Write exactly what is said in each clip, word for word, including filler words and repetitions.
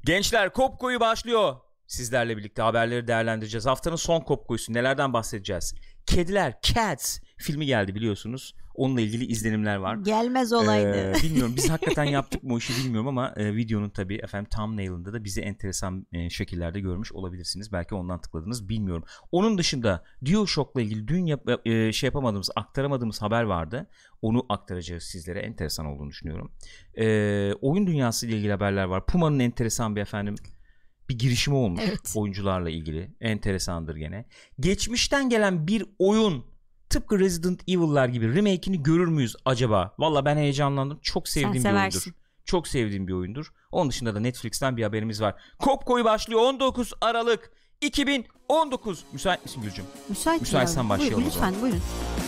Gençler, Kop Koyu başlıyor. Sizlerle birlikte haberleri değerlendireceğiz. Haftanın son Kop Koyusu, nelerden bahsedeceğiz? Kediler, Cats filmi geldi biliyorsunuz. Onunla ilgili izlenimler var. Gelmez olaydı. Ee, bilmiyorum biz hakikaten yaptık mı o işi bilmiyorum ama e, videonun tabii efendim thumbnail'ında da bizi enteresan e, şekillerde görmüş olabilirsiniz. Belki ondan tıkladınız, bilmiyorum. Onun dışında DualShock'la ilgili dün yap, e, şey yapamadığımız, aktaramadığımız haber vardı. Onu aktaracağız sizlere. Enteresan olduğunu düşünüyorum. E, oyun dünyası ile ilgili haberler var. Puma'nın enteresan bir efendim bir girişimi olmuş, evet, oyuncularla ilgili. Enteresandır gene. Geçmişten gelen bir oyun, tıpkı Resident Evil'lar gibi remake'ini görür müyüz acaba? Valla ben heyecanlandım. Çok sevdiğim bir oyundur. Çok sevdiğim bir oyundur. Onun dışında da Netflix'ten bir haberimiz var. Kop Koyu başlıyor on dokuz Aralık iki bin on dokuz. Müsait misin Gülcüm? Müsait. Müsaitsen başlayalım. Buyurun, lütfen buyurun.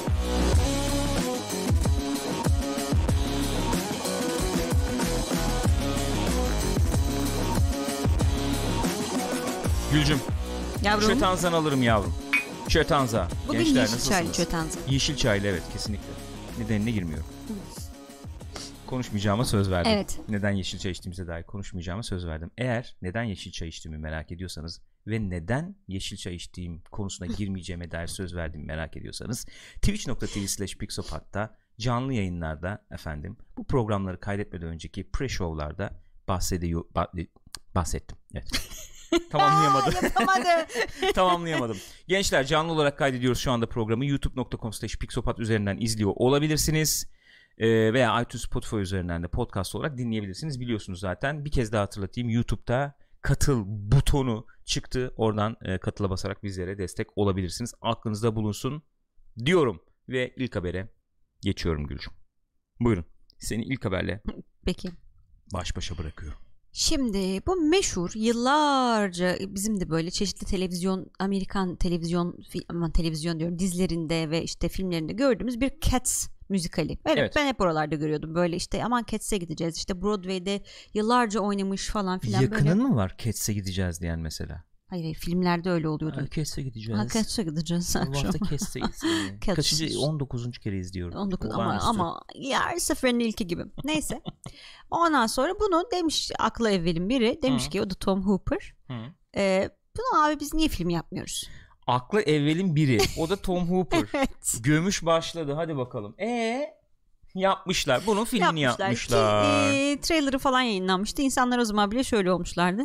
Gülcüm. Yavrum. Çötanzan alırım yavrum. Çötanza. Bugün Gençler, yeşil çaylı çötanza. Yeşil çaylı, evet, kesinlikle. Nedenine girmiyorum. Konuşmayacağıma söz verdim. Evet. Neden yeşil çay içtiğimize dair konuşmayacağıma söz verdim. Eğer neden yeşil çay içtiğimi merak ediyorsanız ve neden yeşil çay içtiğim konusuna girmeyeceğime dair söz verdiğimi merak ediyorsanız twitch nokta tv slash pixopat'ta canlı yayınlarda efendim bu programları kaydetmeden önceki pre-show'larda bahsediyor bah- bahsettim. Evet. Tamamlayamadım. Tamamlayamadım. Gençler, canlı olarak kaydediyoruz şu anda programı. youtube nokta com slash pixopat üzerinden izliyor olabilirsiniz. Ee, veya iTunes, Spotify üzerinden de podcast olarak dinleyebilirsiniz. Biliyorsunuz zaten. Bir kez daha hatırlatayım. YouTube'da katıl butonu çıktı. Oradan e, katıla basarak bizlere destek olabilirsiniz. Aklınızda bulunsun diyorum. Ve ilk habere geçiyorum Gülcüm. Buyurun. Seni ilk haberle Peki. baş başa bırakıyorum. Şimdi bu meşhur, yıllarca bizim de böyle çeşitli televizyon, Amerikan televizyon, aman televizyon diyorum, dizilerinde ve işte filmlerinde gördüğümüz bir Cats müzikali. Evet, evet. Ben hep oralarda görüyordum. Böyle işte aman Cats'e gideceğiz. İşte Broadway'de yıllarca oynamış falan filan. Yakının böyle. mı var Cats'e gideceğiz diyen mesela? Hayır, hayır, filmlerde öyle oluyordu. Cats'e gideceğiz. Ha, Cats'e gideceğiz. Bu hafta Cats'teyiz. Kaçıncı? on dokuzuncu kere izliyorum. on dokuz ama, ama her seferin ilki gibi. Neyse. Ondan sonra bunu demiş aklı evvelin biri. Demiş Hı. ki o da Tom Hooper. E, bunu abi biz niye film yapmıyoruz? Aklı evvelin biri. O da Tom Hooper. Evet. Gömüş başladı. Hadi bakalım. Eee? Yapmışlar. Bunun filmini yapmışlar. yapmışlar. Ki, e, trailer'ı falan yayınlanmıştı. İnsanlar o zaman bile şöyle olmuşlardı.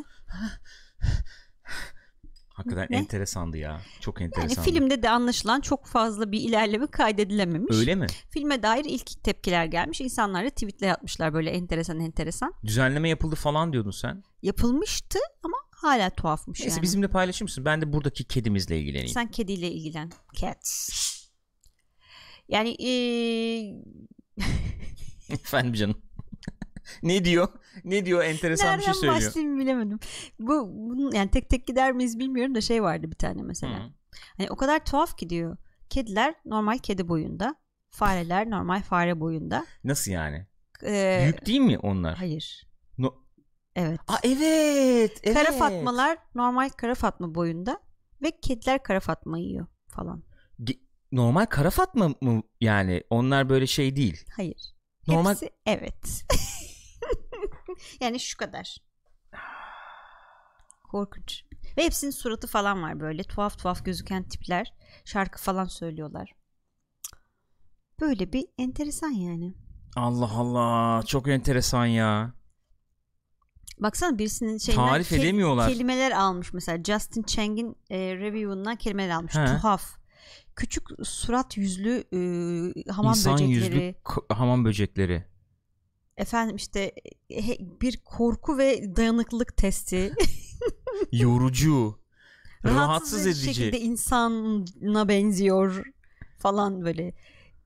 Hakikaten ne? Enteresandı ya. Çok enteresandı. Yani filmde de anlaşılan çok fazla bir ilerleme kaydedilememiş. Öyle mi? Filme dair ilk tepkiler gelmiş. İnsanlar da tweetler atmışlar böyle enteresan enteresan. Düzenleme yapıldı falan diyordun sen. Yapılmıştı ama hala tuhafmış. Neyse, yani. bizimle paylaşır mısın? Ben de buradaki kedimizle ilgileneyim. Sen kediyle ilgilen. Cats. Yani ee... efendim canım. Ne diyor? Ne diyor? Enteresan nereden bir şey söylüyor. Nereden başlayayım bilemedim. Bu, bu yani tek tek gider miyiz bilmiyorum da şey vardı bir tane mesela. Hı. Hani o kadar tuhaf gidiyor. Kediler normal kedi boyunda, fareler normal fare boyunda. Nasıl yani? Ee, Büyük değil mi onlar? Hayır. No. Evet. Aa, evet, evet. Kara fatmalar normal kara fatma boyunda ve kediler kara fatma yiyor falan. Ge- normal kara fatma mı yani? Onlar böyle şey değil. Hayır. Normal... Hepsi evet. Yani şu kadar. Korkunç. Ve hepsinin suratı falan var böyle. Tuhaf tuhaf gözüken tipler. Şarkı falan söylüyorlar. Böyle bir enteresan yani. Allah Allah. Çok enteresan ya. Baksana birisinin şeyinden tarif ke- edemiyorlar. Kelimeler almış mesela. Justin Chang'in e, review'undan kelimeler almış. He. Tuhaf. Küçük surat yüzlü e, hamam İnsan böcekleri. yüzlü k- hamam böcekleri. Efendim işte bir korku ve dayanıklılık testi. Yorucu. Rahatsız, rahatsız edici. şekilde insana benziyor falan böyle.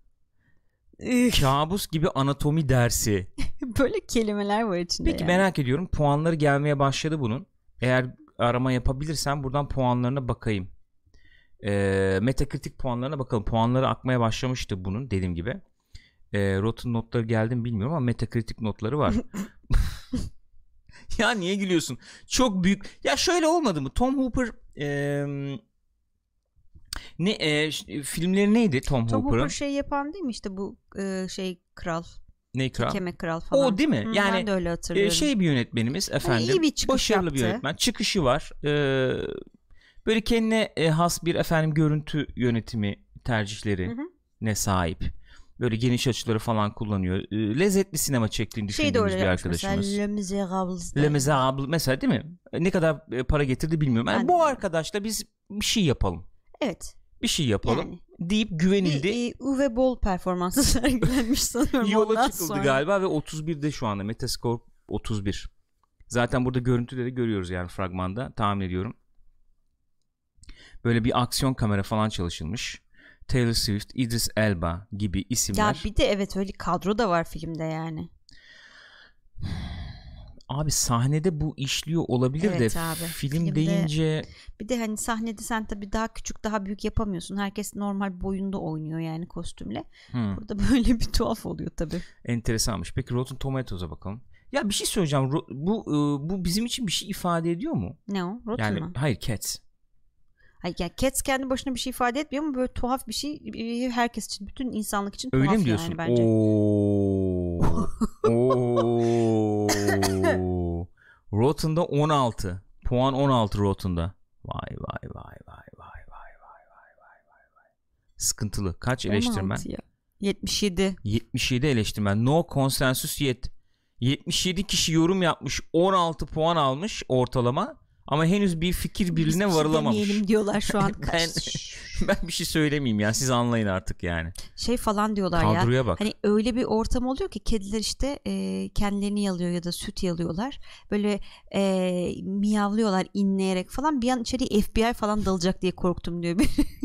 Kabus gibi anatomi dersi. Böyle kelimeler var içinde. Peki yani. Merak ediyorum. Puanları gelmeye başladı bunun. Eğer arama yapabilirsem buradan puanlarına bakayım. E, Metacritic puanlarına bakalım. Puanları akmaya başlamıştı bunun dediğim gibi. E, Rotten notları geldi mi bilmiyorum ama Metacritic notları var. Ya niye gülüyorsun? Çok büyük. Ya şöyle olmadı mı? Tom Hooper e, ne e, filmleri neydi Tom, Tom Hooper'ın? Hooper şey yapan değil mi işte bu e, şey kral. Ne kral? Kekeme Kral falan. O değil mi? Hı, yani ben de öyle hatırlıyorum. E, şey bir yönetmenimiz efendim. Yani iyi bir çıkış başarılı yaptı. bir yönetmen. Çıkışı var. E, böyle kendine e, has bir efendim görüntü yönetimi tercihleri ne sahip. Böyle geniş açıları falan kullanıyor. E, lezzetli sinema çektiğini şey düşündüğümüz bir arkadaşımız. Mesela Le Miserables. Le Miserables mesela değil mi? Ne kadar e, para getirdi bilmiyorum. Yani bu arkadaşla biz bir şey yapalım. Evet. Bir şey yapalım yani. deyip güvenildi. Bir, e, Uwe Boll performansı sergilenmiş sanıyorum. Yola çıkıldı sonra. galiba ve otuz birde şu anda. Metascore otuz bir. Zaten burada görüntüde de görüyoruz yani fragmanda. Tahmin ediyorum. Böyle bir aksiyon kamera falan çalışılmış. Taylor Swift, Idris Elba gibi isimler. Ya bir de evet öyle kadro da var filmde yani. Abi sahnede bu işliyor olabilir evet de abi, film filmde, deyince bir de hani sahnede sen tabii daha küçük daha büyük yapamıyorsun. Herkes normal boyunda oynuyor yani kostümle. Hmm. Burada böyle bir tuhaf oluyor tabii. Enteresanmış. Peki Rotten Tomatoes'a bakalım. Ya bir şey söyleyeceğim. Bu bu bizim için bir şey ifade ediyor mu? Ne o? Rotten yani, mı? Hayır, Cats. Hayır, yani Cats kendi başına bir şey ifade etmiyor ama böyle tuhaf bir şey herkes için, bütün insanlık için öyle tuhaf mi diyorsun? yani bence. Oo. Oo. Rotten'da on altı. Puan on altı Rotten'da. Vay vay vay vay vay vay vay vay vay vay. Sıkıntılı. Kaç eleştirmen? Ya. yetmiş yedi. yetmiş yedi eleştirmen. No consensus yet. yetmiş yedi kişi yorum yapmış. on altı puan almış ortalama. Ama henüz bir fikir birliğine Biz varılamamış. Biz bir diyorlar şu an. ben, ben bir şey söylemeyeyim ya. Siz anlayın artık yani. Şey falan diyorlar Kadroya ya. Kadroya bak. Hani öyle bir ortam oluyor ki kediler işte e, kendilerini yalıyor ya da süt yalıyorlar. Böyle e, miyavlıyorlar inleyerek falan. Bir an içeriye F B I falan dalacak diye korktum diyor.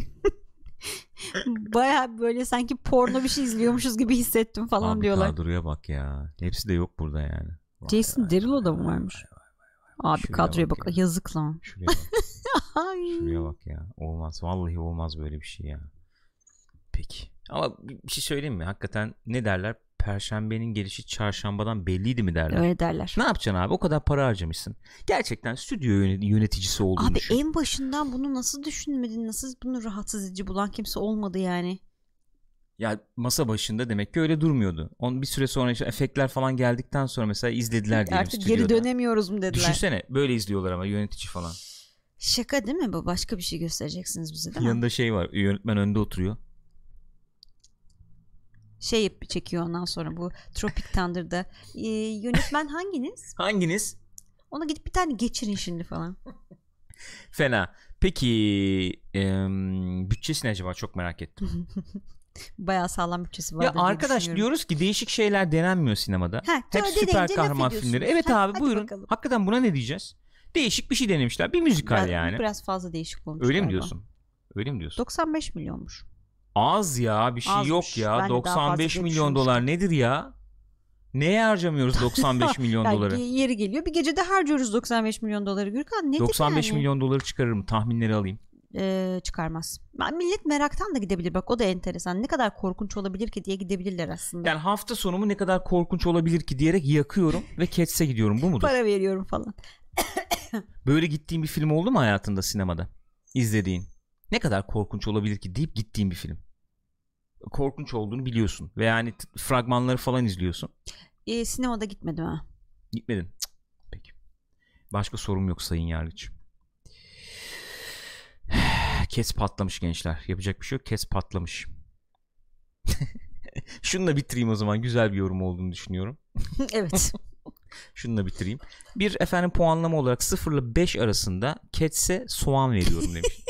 Baya böyle sanki porno bir şey izliyormuşuz gibi hissettim falan Abi diyorlar. Kadroya bak ya. Hepsi de yok burada yani. Vay Jason Derulo da mı varmış? Vay vay vay. Abi şuraya kadroya bak, bak ya. Yazık lan. Şuraya bak. Şuraya bak ya. Olmaz. Vallahi olmaz böyle bir şey ya. Peki. Ama bir şey söyleyeyim mi? Hakikaten ne derler? Perşembenin gelişi çarşambadan belliydi mi derler? Öyle derler. Ne yapacaksın abi? O kadar para harcamışsın. Gerçekten stüdyo yöneticisi olduğunu abi düşün. Abi en başından bunu nasıl düşünmedin? Nasıl bunu rahatsız edici bulan kimse olmadı yani. Ya masa başında demek ki öyle durmuyordu. On bir süre sonra işte efektler falan geldikten sonra mesela izlediler diyelim Artık stüdyoda. Artık geri dönemiyoruz mu dediler. Düşünsene böyle izliyorlar ama yönetici falan. Şaka değil mi bu? Başka bir şey göstereceksiniz bize değil mi? Yanında şey var, yönetmen önde oturuyor. Şey çekiyor ondan sonra bu Tropic Thunder'da. Ee, yönetmen hanginiz? Hanginiz? Ona gidip bir tane geçirin şimdi falan. Fena. Peki e, bütçesi ne acaba, çok merak ettim. Bayağı sağlam bütçesi var. Ya arkadaş diyoruz ki değişik şeyler denenmiyor sinemada. Ha, hep süper kahraman filmleri. Evet ha, abi buyurun. Bakalım. Hakikaten buna ne diyeceğiz? Değişik bir şey denemişler. Bir müzikal biraz, yani. Biraz fazla değişik olmuş. Öyle galiba. mi diyorsun? Öyle mi diyorsun? doksan beş milyonmuş. Az ya, bir şey Azmış. yok ya. Ben doksan beş milyon dolar nedir ya? Neye harcamıyoruz doksan beş milyon yani doları? Yeri geliyor. Bir gecede harcıyoruz doksan beş milyon doları. Gürkan nedir doksan beş yani? milyon doları çıkarırım. Tahminleri alayım. Ee, çıkarmaz. Millet meraktan da gidebilir. Bak o da enteresan. Ne kadar korkunç olabilir ki diye gidebilirler aslında. Yani hafta sonumu ne kadar korkunç olabilir ki diyerek yakıyorum ve Cats'e gidiyorum. Bu mudur? Para veriyorum falan. Böyle gittiğin bir film oldu mu hayatında sinemada? İzlediğin. Ne kadar korkunç olabilir ki deyip gittiğin bir film. Korkunç olduğunu biliyorsun. Ve yani fragmanları falan izliyorsun. E, sinemada gitmedim ha. Gitmedin. Cık. Peki. Başka sorum yok sayın yargıç. Cats patlamış gençler. Yapacak bir şey yok. Cats patlamış. Şununla bitireyim o zaman. Güzel bir yorum olduğunu düşünüyorum. Evet. Şununla bitireyim. Bir efendim puanlama olarak sıfır ile beş arasında Cats'e soğan veriyorum demiş.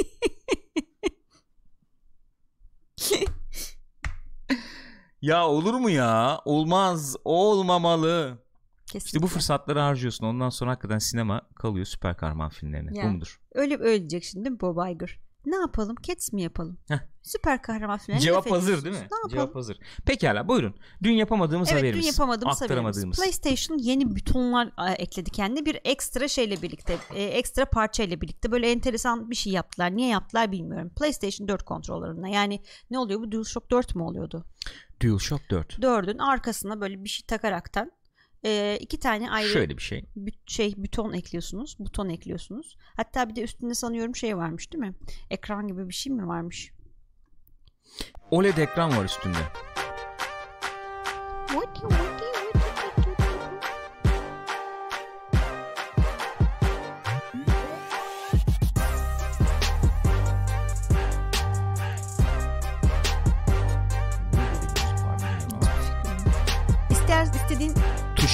Ya olur mu ya? Olmaz. Olmamalı. Kesinlikle. İşte bu fırsatları harcıyorsun. Ondan sonra hakikaten sinema kalıyor süper kahraman filmlerine. Ya, bu mudur? Öyle öyle diyecek şimdi değil mi Bob Iger? Ne yapalım? Cats mi yapalım? Heh. Süper kahraman filmlerine. Cevap hazır değil mi? Cevap hazır. Pekala buyurun. Dün yapamadığımız evet, haberimiz. Evet dün yapamadığımız haberimiz. PlayStation yeni butonlar ekledi kendine. Bir ekstra şeyle birlikte. Ekstra parçayla birlikte. Böyle enteresan bir şey yaptılar. Niye yaptılar bilmiyorum. PlayStation dört kontrollerine. Yani ne oluyor bu? DualShock dört mü oluyordu? DualShock dört. dördün arkasına böyle bir şey takaraktan e, iki tane ayrı şöyle bir şey. Büt, şey buton ekliyorsunuz. Buton ekliyorsunuz. Hatta bir de üstünde sanıyorum şey varmış değil mi? Ekran gibi bir şey mi varmış? O L E D ekran var üstünde. What you, what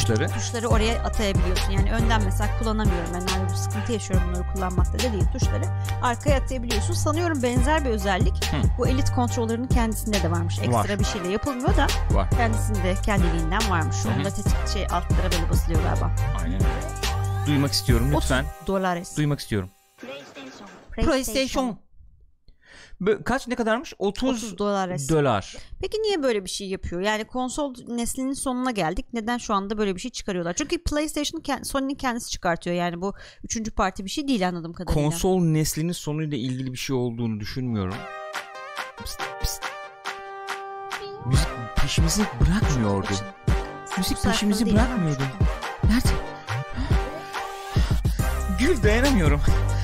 tuşları. Tuşları oraya atayabiliyorsun. Yani önden mesela kullanamıyorum. Ben öyle bir sıkıntı yaşıyorum bunları kullanmakta dediğim tuşları arkaya atayabiliyorsun. Sanıyorum benzer bir özellik Hı. bu Elite Controller'ın kendisinde de varmış. Ekstra var. Bir şeyle yapılmıyor da var. Kendisinde kendiliğinden varmış. Onu da tetik şey altlara böyle basılıyor galiba. Aynen öyle. Duymak istiyorum lütfen. otuz dolar. Duymak istiyorum. PlayStation. PlayStation. Böyle, kaç ne kadarmış? otuz dolar. Peki niye böyle bir şey yapıyor? Yani konsol neslinin sonuna geldik. Neden şu anda böyle bir şey çıkarıyorlar? Çünkü PlayStation Sony'nin kendisi çıkartıyor. Yani bu üçüncü parti bir şey değil anladığım kadarıyla. Konsol neslinin sonuyla ilgili bir şey olduğunu düşünmüyorum. Pist, pist. Müzik peşimizi bırakmıyordu. Müzik peşimizi bırakmıyordu. Nerede? Gül, dayanamıyorum.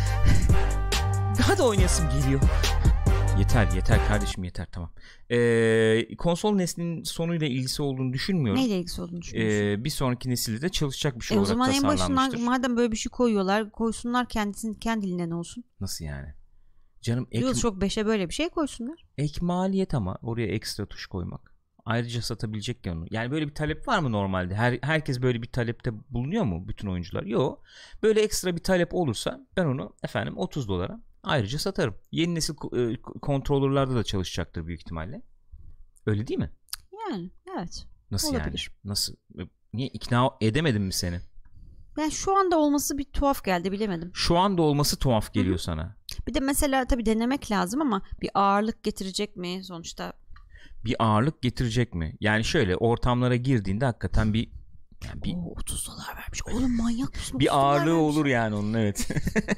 Daha da oynayasım geliyor. Yeter yeter kardeşim yeter tamam. Ee, konsol neslinin sonuyla ilgisi olduğunu düşünmüyorum. Neyle ilgisi olduğunu düşünüyorsun? Ee, bir sonraki nesilde de çalışacak bir şey e olarak tasarlanmıştır. O zaman en başından madem böyle bir şey koyuyorlar, koysunlar kendisinin kendiliğinden olsun. Nasıl yani? Canım ek... DualShock beşe böyle bir şey koysunlar. Ek maliyet ama oraya ekstra tuş koymak. Ayrıca satabilecek ya onu. Yani böyle bir talep var mı normalde? Her, herkes böyle bir talepte bulunuyor mu bütün oyuncular? Yok. Böyle ekstra bir talep olursa ben onu efendim otuz dolara ayrıca satarım. Yeni nesil e, kontrolörlerde de çalışacaktır büyük ihtimalle. Öyle değil mi? Yani evet. Nasıl olabilir. Yani? Nasıl? Niye ikna edemedim mi seni? Yani şu anda olması bir tuhaf geldi, bilemedim. Şu anda olması tuhaf geliyor Hı-hı. sana. Bir de mesela tabii denemek lazım ama bir ağırlık getirecek mi sonuçta? Bir ağırlık getirecek mi? Yani şöyle ortamlara girdiğinde hakikaten bir yani bir Oo, otuz dolar vermiş. Oğlum manyak mısın? Bir ağırlığı vermiş. Olur yani onun, evet.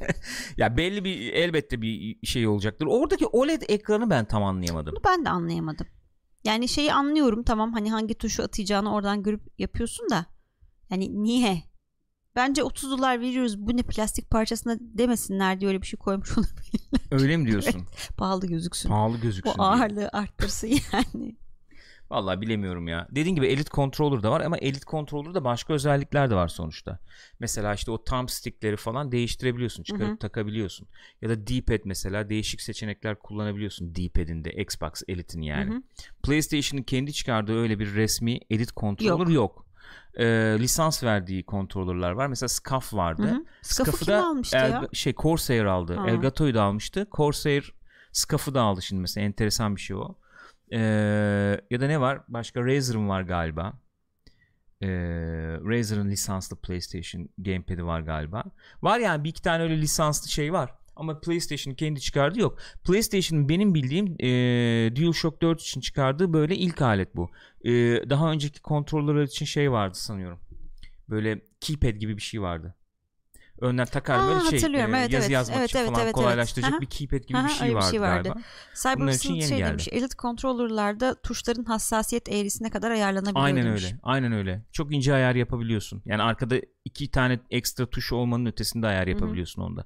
Ya belli bir elbette bir şey olacaktır. Oradaki O L E D ekranı ben tam anlayamadım. Bunu ben de anlayamadım. Yani şeyi anlıyorum, tamam, hani hangi tuşu atacağını oradan görüp yapıyorsun da yani niye? Bence otuz dolar veriyoruz, bu ne plastik parçasına demesinler diye öyle bir şey koymuş olabilirler. Öyle mi diyorsun? Evet, pahalı gözüksün. Pahalı gözüksün. O ağırlığı arttırsın yani. Vallahi bilemiyorum ya. Dediğin gibi Elite Controller da var ama Elite Controller'da başka özellikler de var sonuçta. Mesela işte o thumbstick'leri falan değiştirebiliyorsun. Çıkarıp Hı-hı. takabiliyorsun. Ya da D-pad mesela değişik seçenekler kullanabiliyorsun D-pad'inde. Xbox Elite'in yani. Hı-hı. PlayStation'ın kendi çıkardığı öyle bir resmi Elite Controller yok. yok. Ee, lisans verdiği kontrolörler var. Mesela S C A F vardı. S C A F'ı kim almıştı El- ya? Şey Corsair aldı. Ha. Elgato'yu da almıştı. Corsair S C A F'ı da aldı şimdi mesela. Enteresan bir şey o. Ee, ya da ne var? Başka Razer'ın var galiba. Ee, Razer'ın lisanslı PlayStation Gamepad'i var galiba. Var yani bir iki tane öyle lisanslı şey var. Ama PlayStation'ın kendi çıkardığı yok. PlayStation'ın benim bildiğim e, DualShock dört için çıkardığı böyle ilk alet bu. E, daha önceki kontrolörler için şey vardı sanıyorum. Böyle keypad gibi bir şey vardı. Önden takar böyle şey e, evet, yazı evet. yazmak evet, için evet, falan evet, kolaylaştıracak evet. bir keypad gibi Aha, bir şey vardı, bir şey vardı galiba. Cybers'ın şey demiş, Elite Controller'larda tuşların hassasiyet eğrisine kadar ayarlanabiliyor aynen demiş. Öyle, aynen öyle. Çok ince ayar yapabiliyorsun. Yani arkada iki tane ekstra tuş olmanın ötesinde ayar yapabiliyorsun Hı-hı. onda.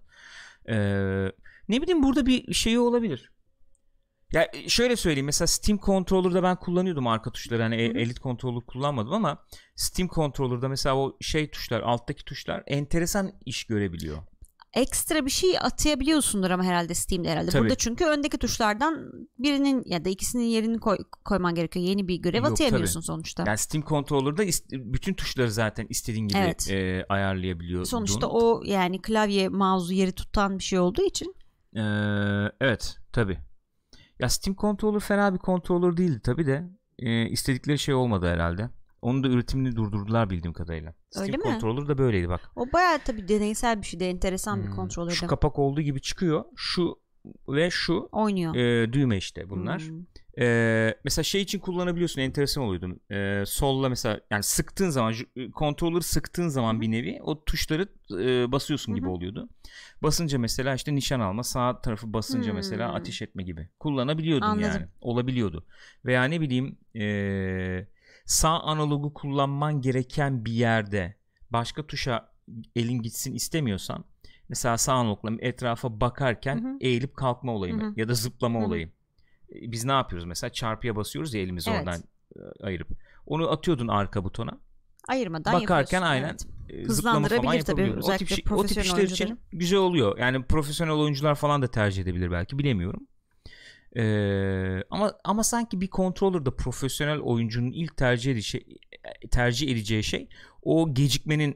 Ee, ne bileyim burada bir şey olabilir. Ya şöyle söyleyeyim, mesela Steam Controller'da ben kullanıyordum arka tuşları, hani Hı-hı. Elite Controller kullanmadım ama Steam Controller'da mesela o şey tuşlar, alttaki tuşlar enteresan iş görebiliyor. Ekstra bir şey atayabiliyorsundur ama herhalde Steam'de herhalde. Tabii. Burada çünkü öndeki tuşlardan birinin ya da ikisinin yerini koy, koyman gerekiyor. Yeni bir görev Yok, atayamıyorsun tabii. sonuçta. Yani Steam Controller'da ist- bütün tuşları zaten istediğin gibi evet. e, ayarlayabiliyordun. Sonuçta o yani klavye, mouse'u yeri tutan bir şey olduğu için. Ee, evet tabii. Ya Steam Controller fena bir controller değildi tabii de e, istedikleri şey olmadı herhalde. Onun da üretimini durdurdular bildiğim kadarıyla. Steam Öyle mi? Controller da böyleydi bak. O bayağı tabii deneysel bir şeydi, enteresan hmm. bir controller'dı. Şu kapak olduğu gibi çıkıyor. Şu ve şu oynuyor. E, düğme işte bunlar. Hmm. E, mesela şey için kullanabiliyorsun, enteresan oluyordu. E, solla mesela yani sıktığın zaman, controller'ı sıktığın zaman hmm. bir nevi o tuşları e, basıyorsun hmm. gibi oluyordu. Basınca mesela işte nişan alma, sağ tarafı basınca hmm. mesela ateş etme gibi kullanabiliyordun. Anladım. Yani. Olabiliyordu. Veya ne bileyim eee sağ analogu kullanman gereken bir yerde başka tuşa elin gitsin istemiyorsan mesela sağ analogla etrafa bakarken hı hı. eğilip kalkma olayı mı? Ya da zıplama hı hı. olayı. Biz ne yapıyoruz mesela, çarpıya basıyoruz ya elimizi evet. oradan ayırıp onu atıyordun arka butona. Ayırmadan bakarken aynen zıplama falan yapabiliyoruz. O tip, şey, o tip işler için güzel oluyor. Yani profesyonel oyuncular falan da tercih edebilir belki, bilemiyorum. Ee, ama ama sanki bir controller'da profesyonel oyuncunun ilk tercih edeceği şey, tercih edeceği şey o gecikmenin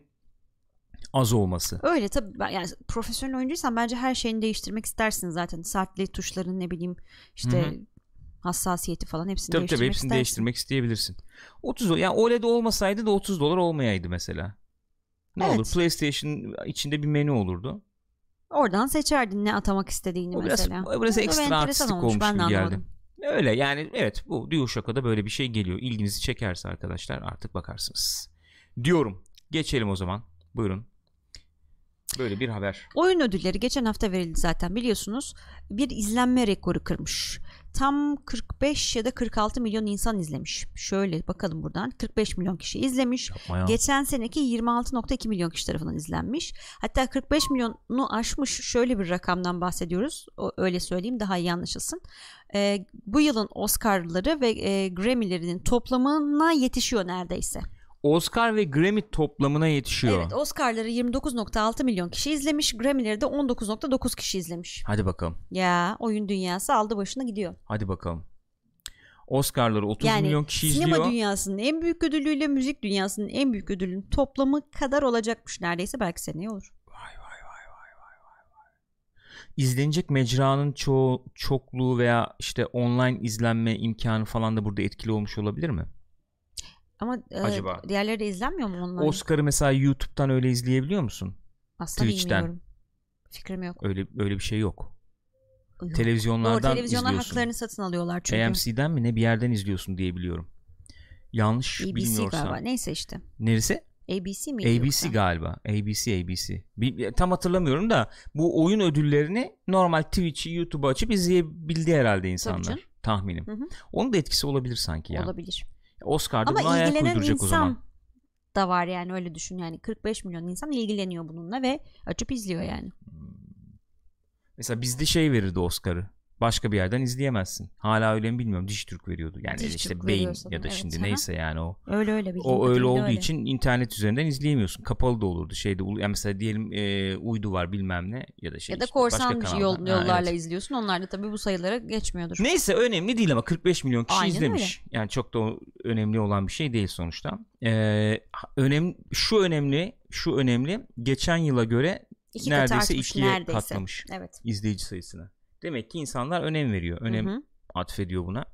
az olması. Öyle tabii, yani profesyonel oyuncuysan bence her şeyini değiştirmek istersin zaten. Saatli tuşların, ne bileyim işte Hı-hı. hassasiyeti falan hepsini tabii, değiştirmek tabii, hepsini istersin. değiştirmek isteyebilirsin. otuz dolar, yani O L E D olmasaydı da otuz dolar olmayaydı mesela. Ne evet. olur? PlayStation içinde bir menü olurdu. Oradan seçerdin ne atamak istediğini o mesela. Biraz, biraz ekstra artistik olmuş, olmuş gibi geldi. Öyle yani, evet, bu DualShock'a da böyle bir şey geliyor. İlginizi çekerse arkadaşlar artık bakarsınız diyorum. Geçelim o zaman. Buyurun. Böyle bir haber. Oyun ödülleri geçen hafta verildi zaten, biliyorsunuz. Bir izlenme rekoru kırmış. Tam kırk beş ya da kırk altı milyon insan izlemiş. Şöyle bakalım buradan. kırk beş milyon kişi izlemiş. Geçen seneki yirmi altı nokta iki milyon kişi tarafından izlenmiş. Hatta kırk beş milyonu aşmış, şöyle bir rakamdan bahsediyoruz. O, öyle söyleyeyim daha iyi anlaşılsın. Ee, bu yılın Oscar'ları ve e, Grammy'lerinin toplamına yetişiyor neredeyse. Oscar ve Grammy toplamına yetişiyor. Evet, Oscar'ları yirmi dokuz nokta altı milyon kişi izlemiş, Grammy'leri de on dokuz nokta dokuz kişi izlemiş. Hadi bakalım. Ya oyun dünyası aldı başına gidiyor. Hadi bakalım. Oscar'ları otuz yani, milyon kişi izliyor. Sinema dünyasının en büyük ödülüyle müzik dünyasının en büyük ödülünün toplamı kadar olacakmış neredeyse, belki seneye olur. Vay vay vay vay vay vay. İzlenecek mecranın çoğu, çokluğu veya işte online izlenme imkanı falan da burada etkili olmuş olabilir mi? Ama Acaba? E, diğerleri de izlenmiyor mu online? Oscar'ı mesela YouTube'dan öyle izleyebiliyor musun? Aslında Twitch'ten. Bilmiyorum. Fikrim yok. Öyle öyle bir şey yok. yok. Televizyonlardan Doğru, televizyonlar izliyorsun. haklarını satın alıyorlar çünkü. A M C'den mi ne bir yerden izliyorsun diye biliyorum. Yanlış A B C bilmiyorsam. galiba. Neyse işte. Neresi? A B C miydi? A B C yoksa? galiba. A B C A B C. Bir, tam hatırlamıyorum da bu oyun ödüllerini normal Twitch'i, YouTube'u açıp izleyebildi herhalde insanlar. Tahminim. Hı hı. Onun da etkisi olabilir sanki ya. Olabilir. Oscar'da buna ayak uyduracak o zaman. Da var yani, öyle düşün yani. kırk beş milyon insan ilgileniyor bununla ve açıp izliyor yani. Mesela bizde şey verirdi Oscar'ı. Başka bir yerden izleyemezsin. Hala öyle mi bilmiyorum. Dijitürk veriyordu. Yani Dijitürk işte Beyin ya da evet, şimdi aha. neyse yani o. Öyle öyle. O öyle olduğu öyle. için internet üzerinden izleyemiyorsun. Kapalı da olurdu. Şeyde yani mesela diyelim e, uydu var bilmem ne ya da şey. Ya da işte, korsan başka yol, yollarla ha, evet. izliyorsun. Onlar da tabii bu sayılara geçmiyordur. Neyse önemli değil ama kırk beş milyon kişi Aynen izlemiş. Öyle. Yani çok da önemli olan bir şey değil sonuçta. Ee, önemli şu önemli şu önemli. Geçen yıla göre İki neredeyse artmış, ikiye neredeyse. katlamış evet. izleyici sayısına. Demek ki insanlar önem veriyor. Önem Hı-hı. atfediyor buna.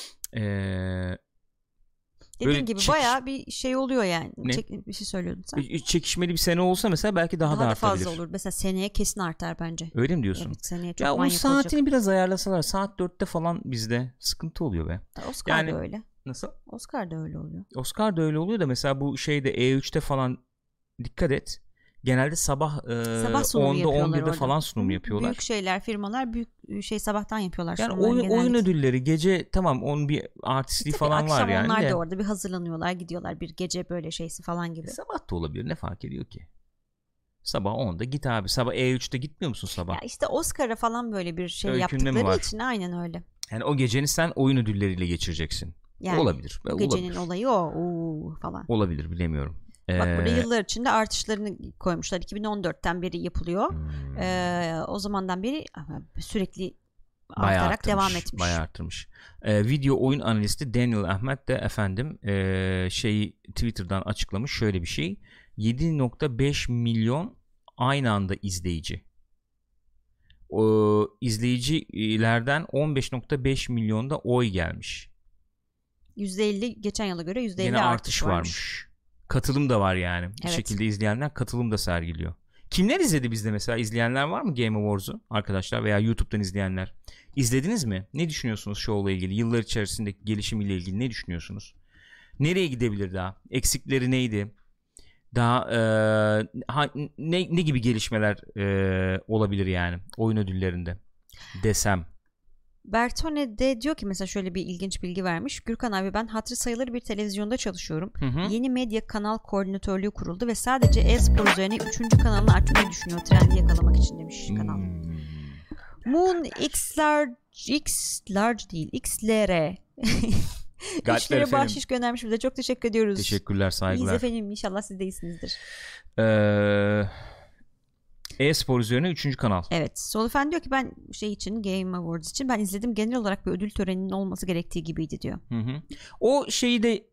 Ee, Dediğin gibi çekiş... bayağı bir şey oluyor yani. Çek... Bir şey söylüyordun sen. Çekişmeli bir sene olsa mesela belki daha, daha da artabilir. Daha da fazla olur. Mesela seneye kesin artar bence. Öyle mi diyorsun? Evet, seneye çok ya manyak olacak. Ya o saatini olacak. biraz ayarlasalar. Saat dörtte falan bizde sıkıntı oluyor be. Oscar yani, da öyle. Nasıl? Oscar da öyle oluyor. Oscar da öyle oluyor da mesela bu şeyde E üçte falan dikkat et. Genelde sabah, sabah onda on birde falan sunum Hı, yapıyorlar. Büyük şeyler, firmalar büyük şey sabahtan yapıyorlar. Yani oyun, oyun ödülleri gece tamam onun bir artistliği falan var yani. Onlar de. da orada bir hazırlanıyorlar, gidiyorlar bir gece böyle şeysi falan gibi. E, sabah da olabilir, ne fark ediyor ki? Sabah onda git abi. Sabah E üçte gitmiyor musun sabah? Ya işte Oscar'a falan böyle bir şey Öykünde yaptıkları için aynen öyle. Yani o geceni sen oyun ödülleriyle geçireceksin. Yani, olabilir. Bu gecenin olabilir. olayı o Uuu, falan. Olabilir, bilemiyorum. Bak burada yıllar içinde artışlarını koymuşlar. iki bin on dörtten beri yapılıyor. Hmm. Ee, o zamandan beri sürekli bayağı artarak arttırmış, devam etmiş. Bayağı arttırmış. Ee, video oyun analisti Daniel Ahmet de efendim e, şeyi Twitter'dan açıklamış şöyle bir şey. yedi nokta beş milyon aynı anda izleyici. O izleyicilerden on beş nokta beş milyonda oy gelmiş. yüzde elli geçen yıla göre yüzde elli Yine artış, artış varmış. varmış. Katılım da var yani. Evet. Bir şekilde izleyenler katılım da sergiliyor. Kimler izledi bizde mesela? İzleyenler var mı Game Awards'u arkadaşlar veya YouTube'dan izleyenler? İzlediniz mi? Ne düşünüyorsunuz show'la ilgili? Yıllar içerisindeki gelişimiyle ilgili ne düşünüyorsunuz? Nereye gidebilir daha? Eksikleri neydi? Daha e, ha, ne, ne gibi gelişmeler e, olabilir yani oyun ödüllerinde desem? Bertone de diyor ki mesela şöyle bir ilginç bilgi vermiş. Gürkan abi ben hatırı sayılır bir televizyonda çalışıyorum. Hı hı. Yeni medya kanal koordinatörlüğü kuruldu ve sadece e-spor üzerine üçüncü kanalını açmayı düşünüyor. Trendi yakalamak için demiş hmm. kanal. Moon X large, X large değil X L R. üç lira bahşiş göndermiş bize. Çok teşekkür ediyoruz. Teşekkürler, saygılar. İyiyiz efendim, inşallah siz de iyisinizdir. Eee... E-spor üzerine üçüncü kanal. Evet. Solufen diyor ki ben şey için Game Awards için ben izledim. Genel olarak bir ödül töreninin olması gerektiği gibiydi diyor. Hı hı. O şeyi de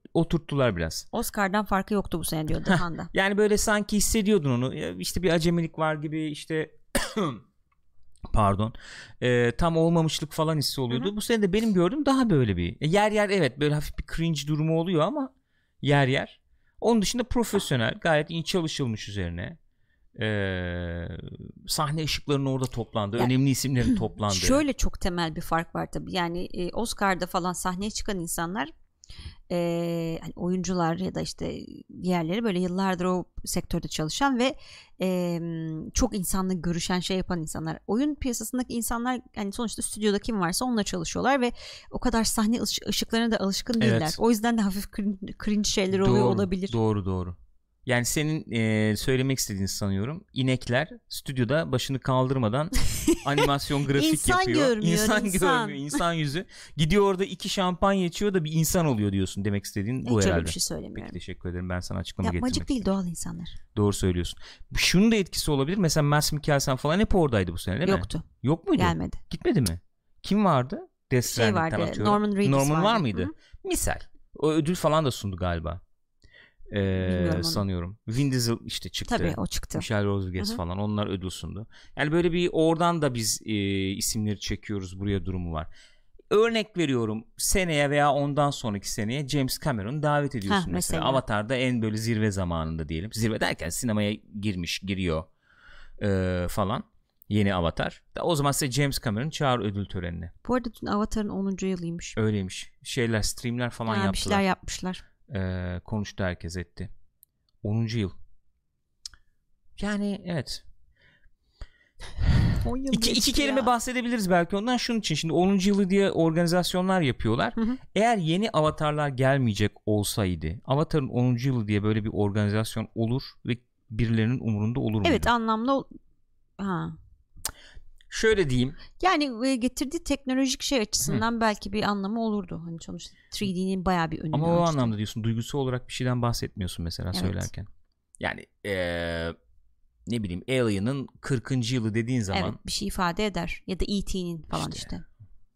oturttular biraz. Oscar'dan farkı yoktu bu sene diyordu Handa. Yani böyle sanki hissediyordun onu. İşte bir acemilik var gibi, işte pardon. E, tam olmamışlık falan hissi oluyordu. Hı hı. Bu sene de benim gördüğüm daha böyle bir. Yer yer evet böyle hafif bir cringe durumu oluyor ama yer yer. Onun dışında profesyonel, gayet iyi çalışılmış üzerine. Ee, sahne ışıklarının orada toplandı, yani, önemli isimlerin toplandığı. Şöyle çok temel bir fark var tabii. Yani e, Oscar'da falan sahneye çıkan insanlar, e, hani oyuncular ya da işte diğerleri böyle yıllardır o sektörde çalışan ve e, çok insanla görüşen, şey yapan insanlar. Oyun piyasasındaki insanlar yani sonuçta stüdyoda kim varsa onunla çalışıyorlar ve o kadar sahne ışıklarına da alışkın değiller. Evet. O yüzden de hafif cringe, cringe şeyler oluyor doğru, olabilir. Doğru doğru. Yani senin e, söylemek istediğini sanıyorum. İnekler stüdyoda başını kaldırmadan animasyon grafik insan yapıyor. Görmüyor, insan, insan görmüyor. İnsan yüzü. Gidiyor orada iki şampanya içiyor da bir insan oluyor diyorsun. Demek istediğin bu hiç herhalde. Hiç bir şey söylemiyorum. Peki, teşekkür ederim. Ben sana açıklama getirmek Yapmacık değil, doğal insanlar. Doğru söylüyorsun. Şunun da etkisi olabilir. Mesela Mads Mikkelsen falan hep oradaydı bu sene değil mi? Yoktu. Yok muydu? Gelmedi. Gitmedi mi? Kim vardı? Death şey vardı. Norman Reedus Norman vardı. var mıydı? Hı-hı. Misal. O ödül falan da sundu galiba. Ee, sanıyorum. Vin Diesel işte çıktı. Tabii o çıktı. Michelle Rodriguez falan, onlar ödül sundu. Yani böyle bir oradan da biz e, isimleri çekiyoruz buraya durumu var. Örnek veriyorum, seneye veya ondan sonraki seneye James Cameron'u davet ediyorsun Heh, mesela. mesela. Avatar'da en böyle zirve zamanında diyelim. Zirve derken sinemaya girmiş, giriyor e, falan. Yeni Avatar. Da o zaman size James Cameron çağır ödül törenine. Bu arada dün Avatar'ın onuncu yılıymış. Öyleymiş. Şeyler, streamler falan ha, yaptılar. Bir şeyler yapmışlar. Ee, konuştu, herkes etti. onuncu yıl. Yani evet. iki, iki kelime bahsedebiliriz belki ondan, şunun için. Şimdi onuncu yılı diye organizasyonlar yapıyorlar. Hı hı. Eğer yeni avatarlar gelmeyecek olsaydı, Avatar'ın onuncu yılı diye böyle bir organizasyon olur ve birilerinin umurunda olur muydu? Evet, anlamlı ol- ha. Şöyle diyeyim. Yani getirdiği teknolojik şey açısından Hı. belki bir anlamı olurdu. Hani sonuçta üç D'nin bayağı bir önünü Ama o açtı. anlamda diyorsun, duygusal olarak bir şeyden bahsetmiyorsun mesela evet. söylerken. Yani ee, ne bileyim, Alien'ın kırkıncı yılı dediğin zaman. Evet, bir şey ifade eder. Ya da E T'nin falan işte. işte.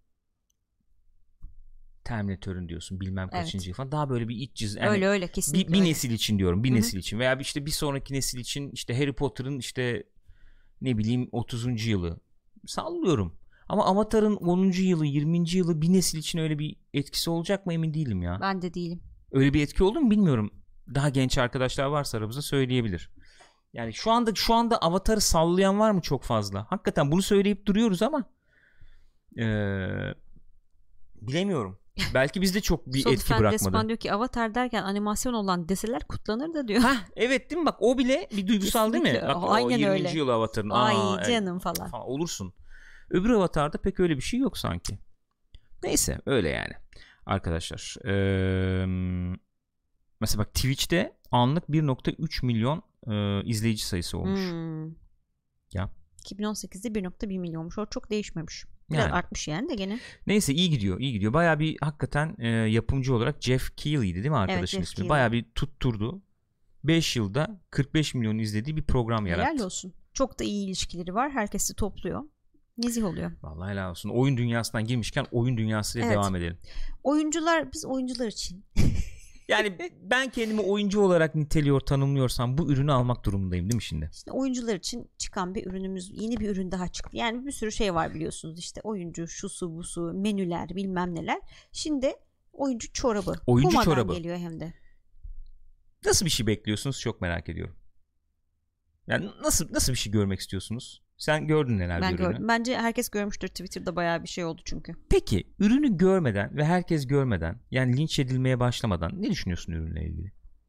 Terminator'ın diyorsun bilmem kaçıncı evet. yıl falan. Daha böyle bir iç ciz. Yani öyle öyle kesinlikle. Bir, bir öyle. nesil için diyorum. Bir Hı-hı. nesil için. Veya işte bir sonraki nesil için işte Harry Potter'ın işte ne bileyim otuzuncu yılı. Sallıyorum. Ama Avatar'ın onuncu yılı, yirminci yılı bir nesil için öyle bir etkisi olacak mı emin değilim ya. Ben de değilim. Öyle bir etki oldu mu bilmiyorum. Daha genç arkadaşlar varsa aramızda söyleyebilir. Yani şu anda şu anda Avatar'ı sallayan var mı çok fazla? Hakikaten bunu söyleyip duruyoruz ama ee, bilemiyorum. Belki bizde çok bir etki bırakmadı. Despan diyor ki Avatar derken animasyon olan deseler kutlanır da diyor. Hah, evet değil mi? Bak o bile bir duygusal değil mi? Bak, aynen o yirminci öyle. yıl Avatar'ın. Ay Aa, canım falan. falan. Olursun. Öbür Avatar'da pek öyle bir şey yok sanki. Neyse öyle yani. Arkadaşlar. Ee, mesela bak Twitch'te anlık bir nokta üç milyon e, izleyici sayısı olmuş. Hmm. Ya. iki bin on sekizde bir nokta bir milyonmuş. O çok değişmemiş. Biraz yani artmış yani de gene. Neyse iyi gidiyor, iyi gidiyor. Bayağı bir hakikaten e, yapımcı olarak Jeff Keighley'di değil mi arkadaşın evet, ismi? Keighley. Bayağı bir tutturdu. beş yılda kırk beş milyon izlediği bir program yarattı. Helal olsun. Çok da iyi ilişkileri var. Herkesi topluyor. Nezih oluyor. Vallahi helal olsun. Oyun dünyasından girmişken oyun dünyasıyla evet. devam edelim. Oyuncular, biz oyuncular için. Yani ben kendimi oyuncu olarak niteliyor, tanımlıyorsam bu ürünü almak durumundayım değil mi şimdi? İşte oyuncular için çıkan bir ürünümüz, yeni bir ürün daha çıktı. Yani bir sürü şey var biliyorsunuz, işte oyuncu şusu busu, menüler bilmem neler. Şimdi oyuncu çorabı. Oyuncu Puma'dan çorabı. geliyor hem de. Nasıl bir şey bekliyorsunuz? Çok merak ediyorum. Yani nasıl nasıl bir şey görmek istiyorsunuz? Sen gördün neler ben ürünü? Gördüm. Bence herkes görmüştür. Twitter'da bayağı bir şey oldu çünkü. Peki ürünü görmeden ve herkes görmeden, yani linç edilmeye başlamadan ne düşünüyorsun ürünle ilgili?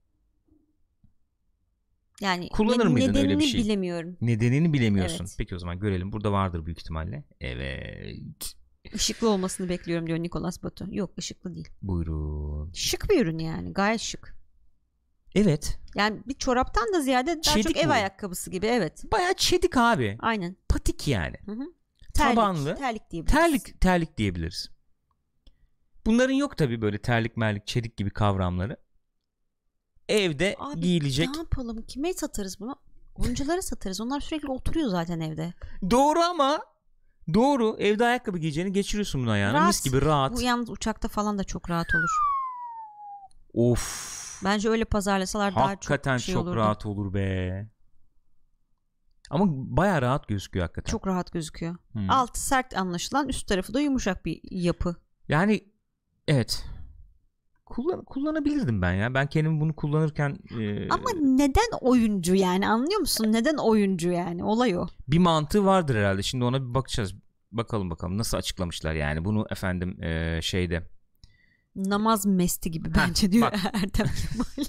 Yani kullanır ne, mıydın öyle bir şey? Nedenini bilemiyorum. Nedenini bilemiyorsun. Evet. Peki o zaman görelim. Burada vardır büyük ihtimalle. Evet. Işıklı olmasını bekliyorum diyor Nicolas Batu. Yok, ışıklı değil. Buyurun. Şık bir ürün yani. Gayet şık. Evet. Yani bir çoraptan da ziyade daha çedik çok ev bu. Ayakkabısı gibi, evet. Bayağı çedik abi. Aynen. Patik yani. Hı hı. Terlik, tabanlı. Terlik diyebiliriz. Terlik, terlik diyebiliriz. Bunların yok tabii böyle terlik merlik çedik gibi kavramları. Evde abi, giyilecek. Ne yapalım? Kime satarız bunu? Oyunculara satarız. Onlar sürekli oturuyor zaten evde. Doğru ama doğru. Evde ayakkabı giyeceğini geçiriyorsun bunu ayağına. Rahat. Mis gibi rahat. Bu yalnız uçakta falan da çok rahat olur. Of. Bence öyle pazarlasalar daha çok hakikaten şey çok olurdu. rahat olur be. Ama bayağı rahat gözüküyor hakikaten. Çok rahat gözüküyor. Hmm. Altı sert anlaşılan, üst tarafı da yumuşak bir yapı. Yani evet. Kullan, kullanabilirdim ben ya. Ben kendim bunu kullanırken e, ama neden oyuncu yani, anlıyor musun? Neden oyuncu yani? Olay o. Bir mantığı vardır herhalde. Şimdi ona bir bakacağız. Bakalım bakalım nasıl açıklamışlar yani. Bunu efendim e, şeyde. Namaz mesti gibi bence diyor Erdem Kemal.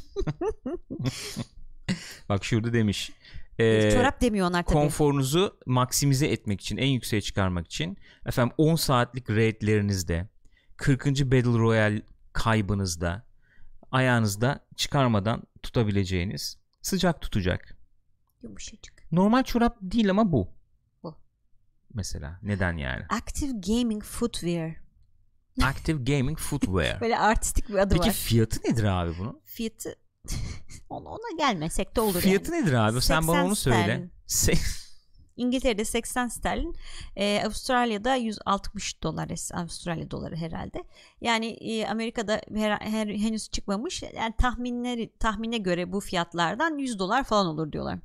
Bak şurada demiş. E, Çorap demiyor onlar tabii. Konforunuzu maksimize etmek için, en yükseğe çıkarmak için efendim on saatlik raidlerinizde, kırkıncı Battle Royale kaybınızda, ayağınızda çıkarmadan tutabileceğiniz, sıcak tutacak. Yumuşacık. Normal çorap değil ama bu. Bu. Mesela neden yani? Active Gaming Footwear. Active Gaming Footwear. Böyle artistik bir adı Peki var. Peki fiyatı nedir abi bunun? Fiyatı ona, ona gelmesek de olur. Fiyatı yani. nedir abi? Sen bana onu söyle. İngiltere'de seksen sterlin, e, Avustralya'da yüz altmış dolar, Avustralya doları herhalde. Yani e, Amerika'da her, her, henüz çıkmamış. Yani tahminleri tahmine göre bu fiyatlardan yüz dolar falan olur diyorlar.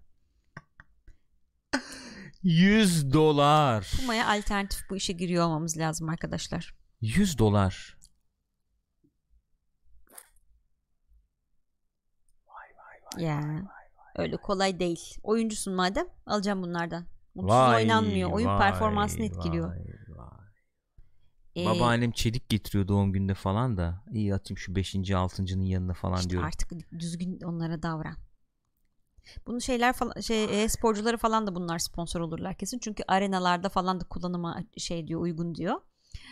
yüz dolar. Puma'ya alternatif bu işe giriyor olmamız lazım arkadaşlar. yüz dolar. Vay vay vay. Ya. Vay, vay, öyle kolay değil. Oyuncusun madem, alacağım bunlardan. Mutsuz vay, oynanmıyor. Oyun vay, performansını etkiliyor. Vay, vay. Ee, Babaannem çelik getiriyor doğum günde falan da. İyi atayım şu beşinci altıncının yanına falan işte diyorum. Artık düzgün onlara davran. Bunu şeyler falan, şey e-sporcuları falan da bunlar sponsor olurlar kesin. Çünkü arenalarda falan da kullanıma şey diyor, uygun diyor.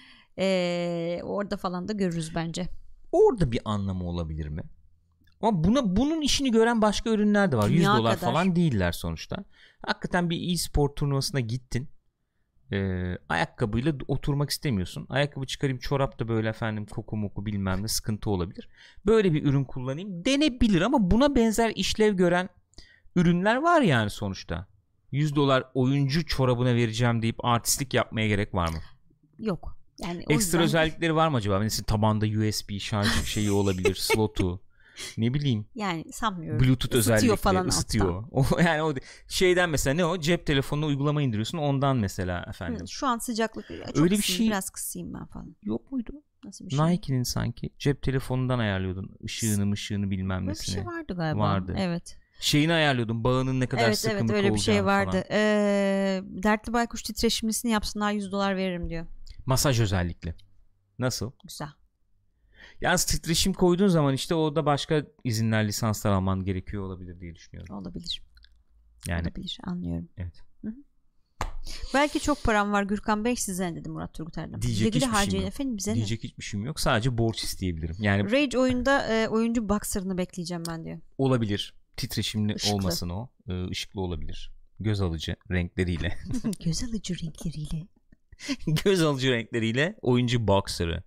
Ee, orada falan da görürüz bence. Orada bir anlamı olabilir mi? Ama buna bunun işini gören başka ürünler de var. Dünya yüz dolar kadar. falan değiller sonuçta. Hakikaten bir e-spor turnuvasına gittin. Ee, ayakkabıyla oturmak istemiyorsun. Ayakkabı çıkarayım, çorap da böyle efendim koku moku bilmem ne sıkıntı olabilir. Böyle bir ürün kullanayım denebilir ama buna benzer işlev gören ürünler var yani sonuçta. yüz dolar oyuncu çorabına vereceğim deyip artistlik yapmaya gerek var mı? Yok. Yani ekstra yüzden... özellikleri var mı acaba? Mesela tabanda U S B şarj şeyi olabilir, slotu. Ne bileyim. Yani sanmıyorum. Bluetooth Isıtıyor özellikleri falan ısıtıyor. O yani o şeyden mesela ne o? Cep telefonuna uygulama indiriyorsun ondan mesela efendim. Hı, şu an sıcaklık ya, çok öyle bir kısım, şey biraz kısayım ben falan. Yok muydu? Nasıl bir şey? Nike'nin sanki cep telefonundan ayarlıyordun ışığını mışığını bilmem Böyle nesini. bir şey vardı galiba. Vardı. Evet. Şeyini ayarlıyordun, bağının ne kadar evet, sıkımlık evet, olacağını öyle bir şey vardı. falan. Ee, Dertli Baykuş titreşimlisini yapsınlar, yüz dolar veririm diyor. Masaj özellikle. Nasıl? Güzel. Yalnız titreşim koyduğun zaman işte orada başka izinler, lisanslar alman gerekiyor olabilir diye düşünüyorum. Olabilir. Yani. Olabilir, anlıyorum. Evet. Hı-hı. Belki çok param var Gürkan Bey size dedi Murat Turgut Erdem. Diyecek hiçbir şeyim yok. Efendim, bize Diyecek ne? hiçbir şeyim yok. Sadece borç isteyebilirim. Yani Rage oyunda e, oyuncu boxer'ını bekleyeceğim ben diyor. Olabilir. Titreşimli Işıklı. olmasın o. Ee, ışıklı olabilir. Göz alıcı renkleriyle. Göz alıcı renkleriyle. Göz alıcı renkleriyle oyuncu boxer'ı.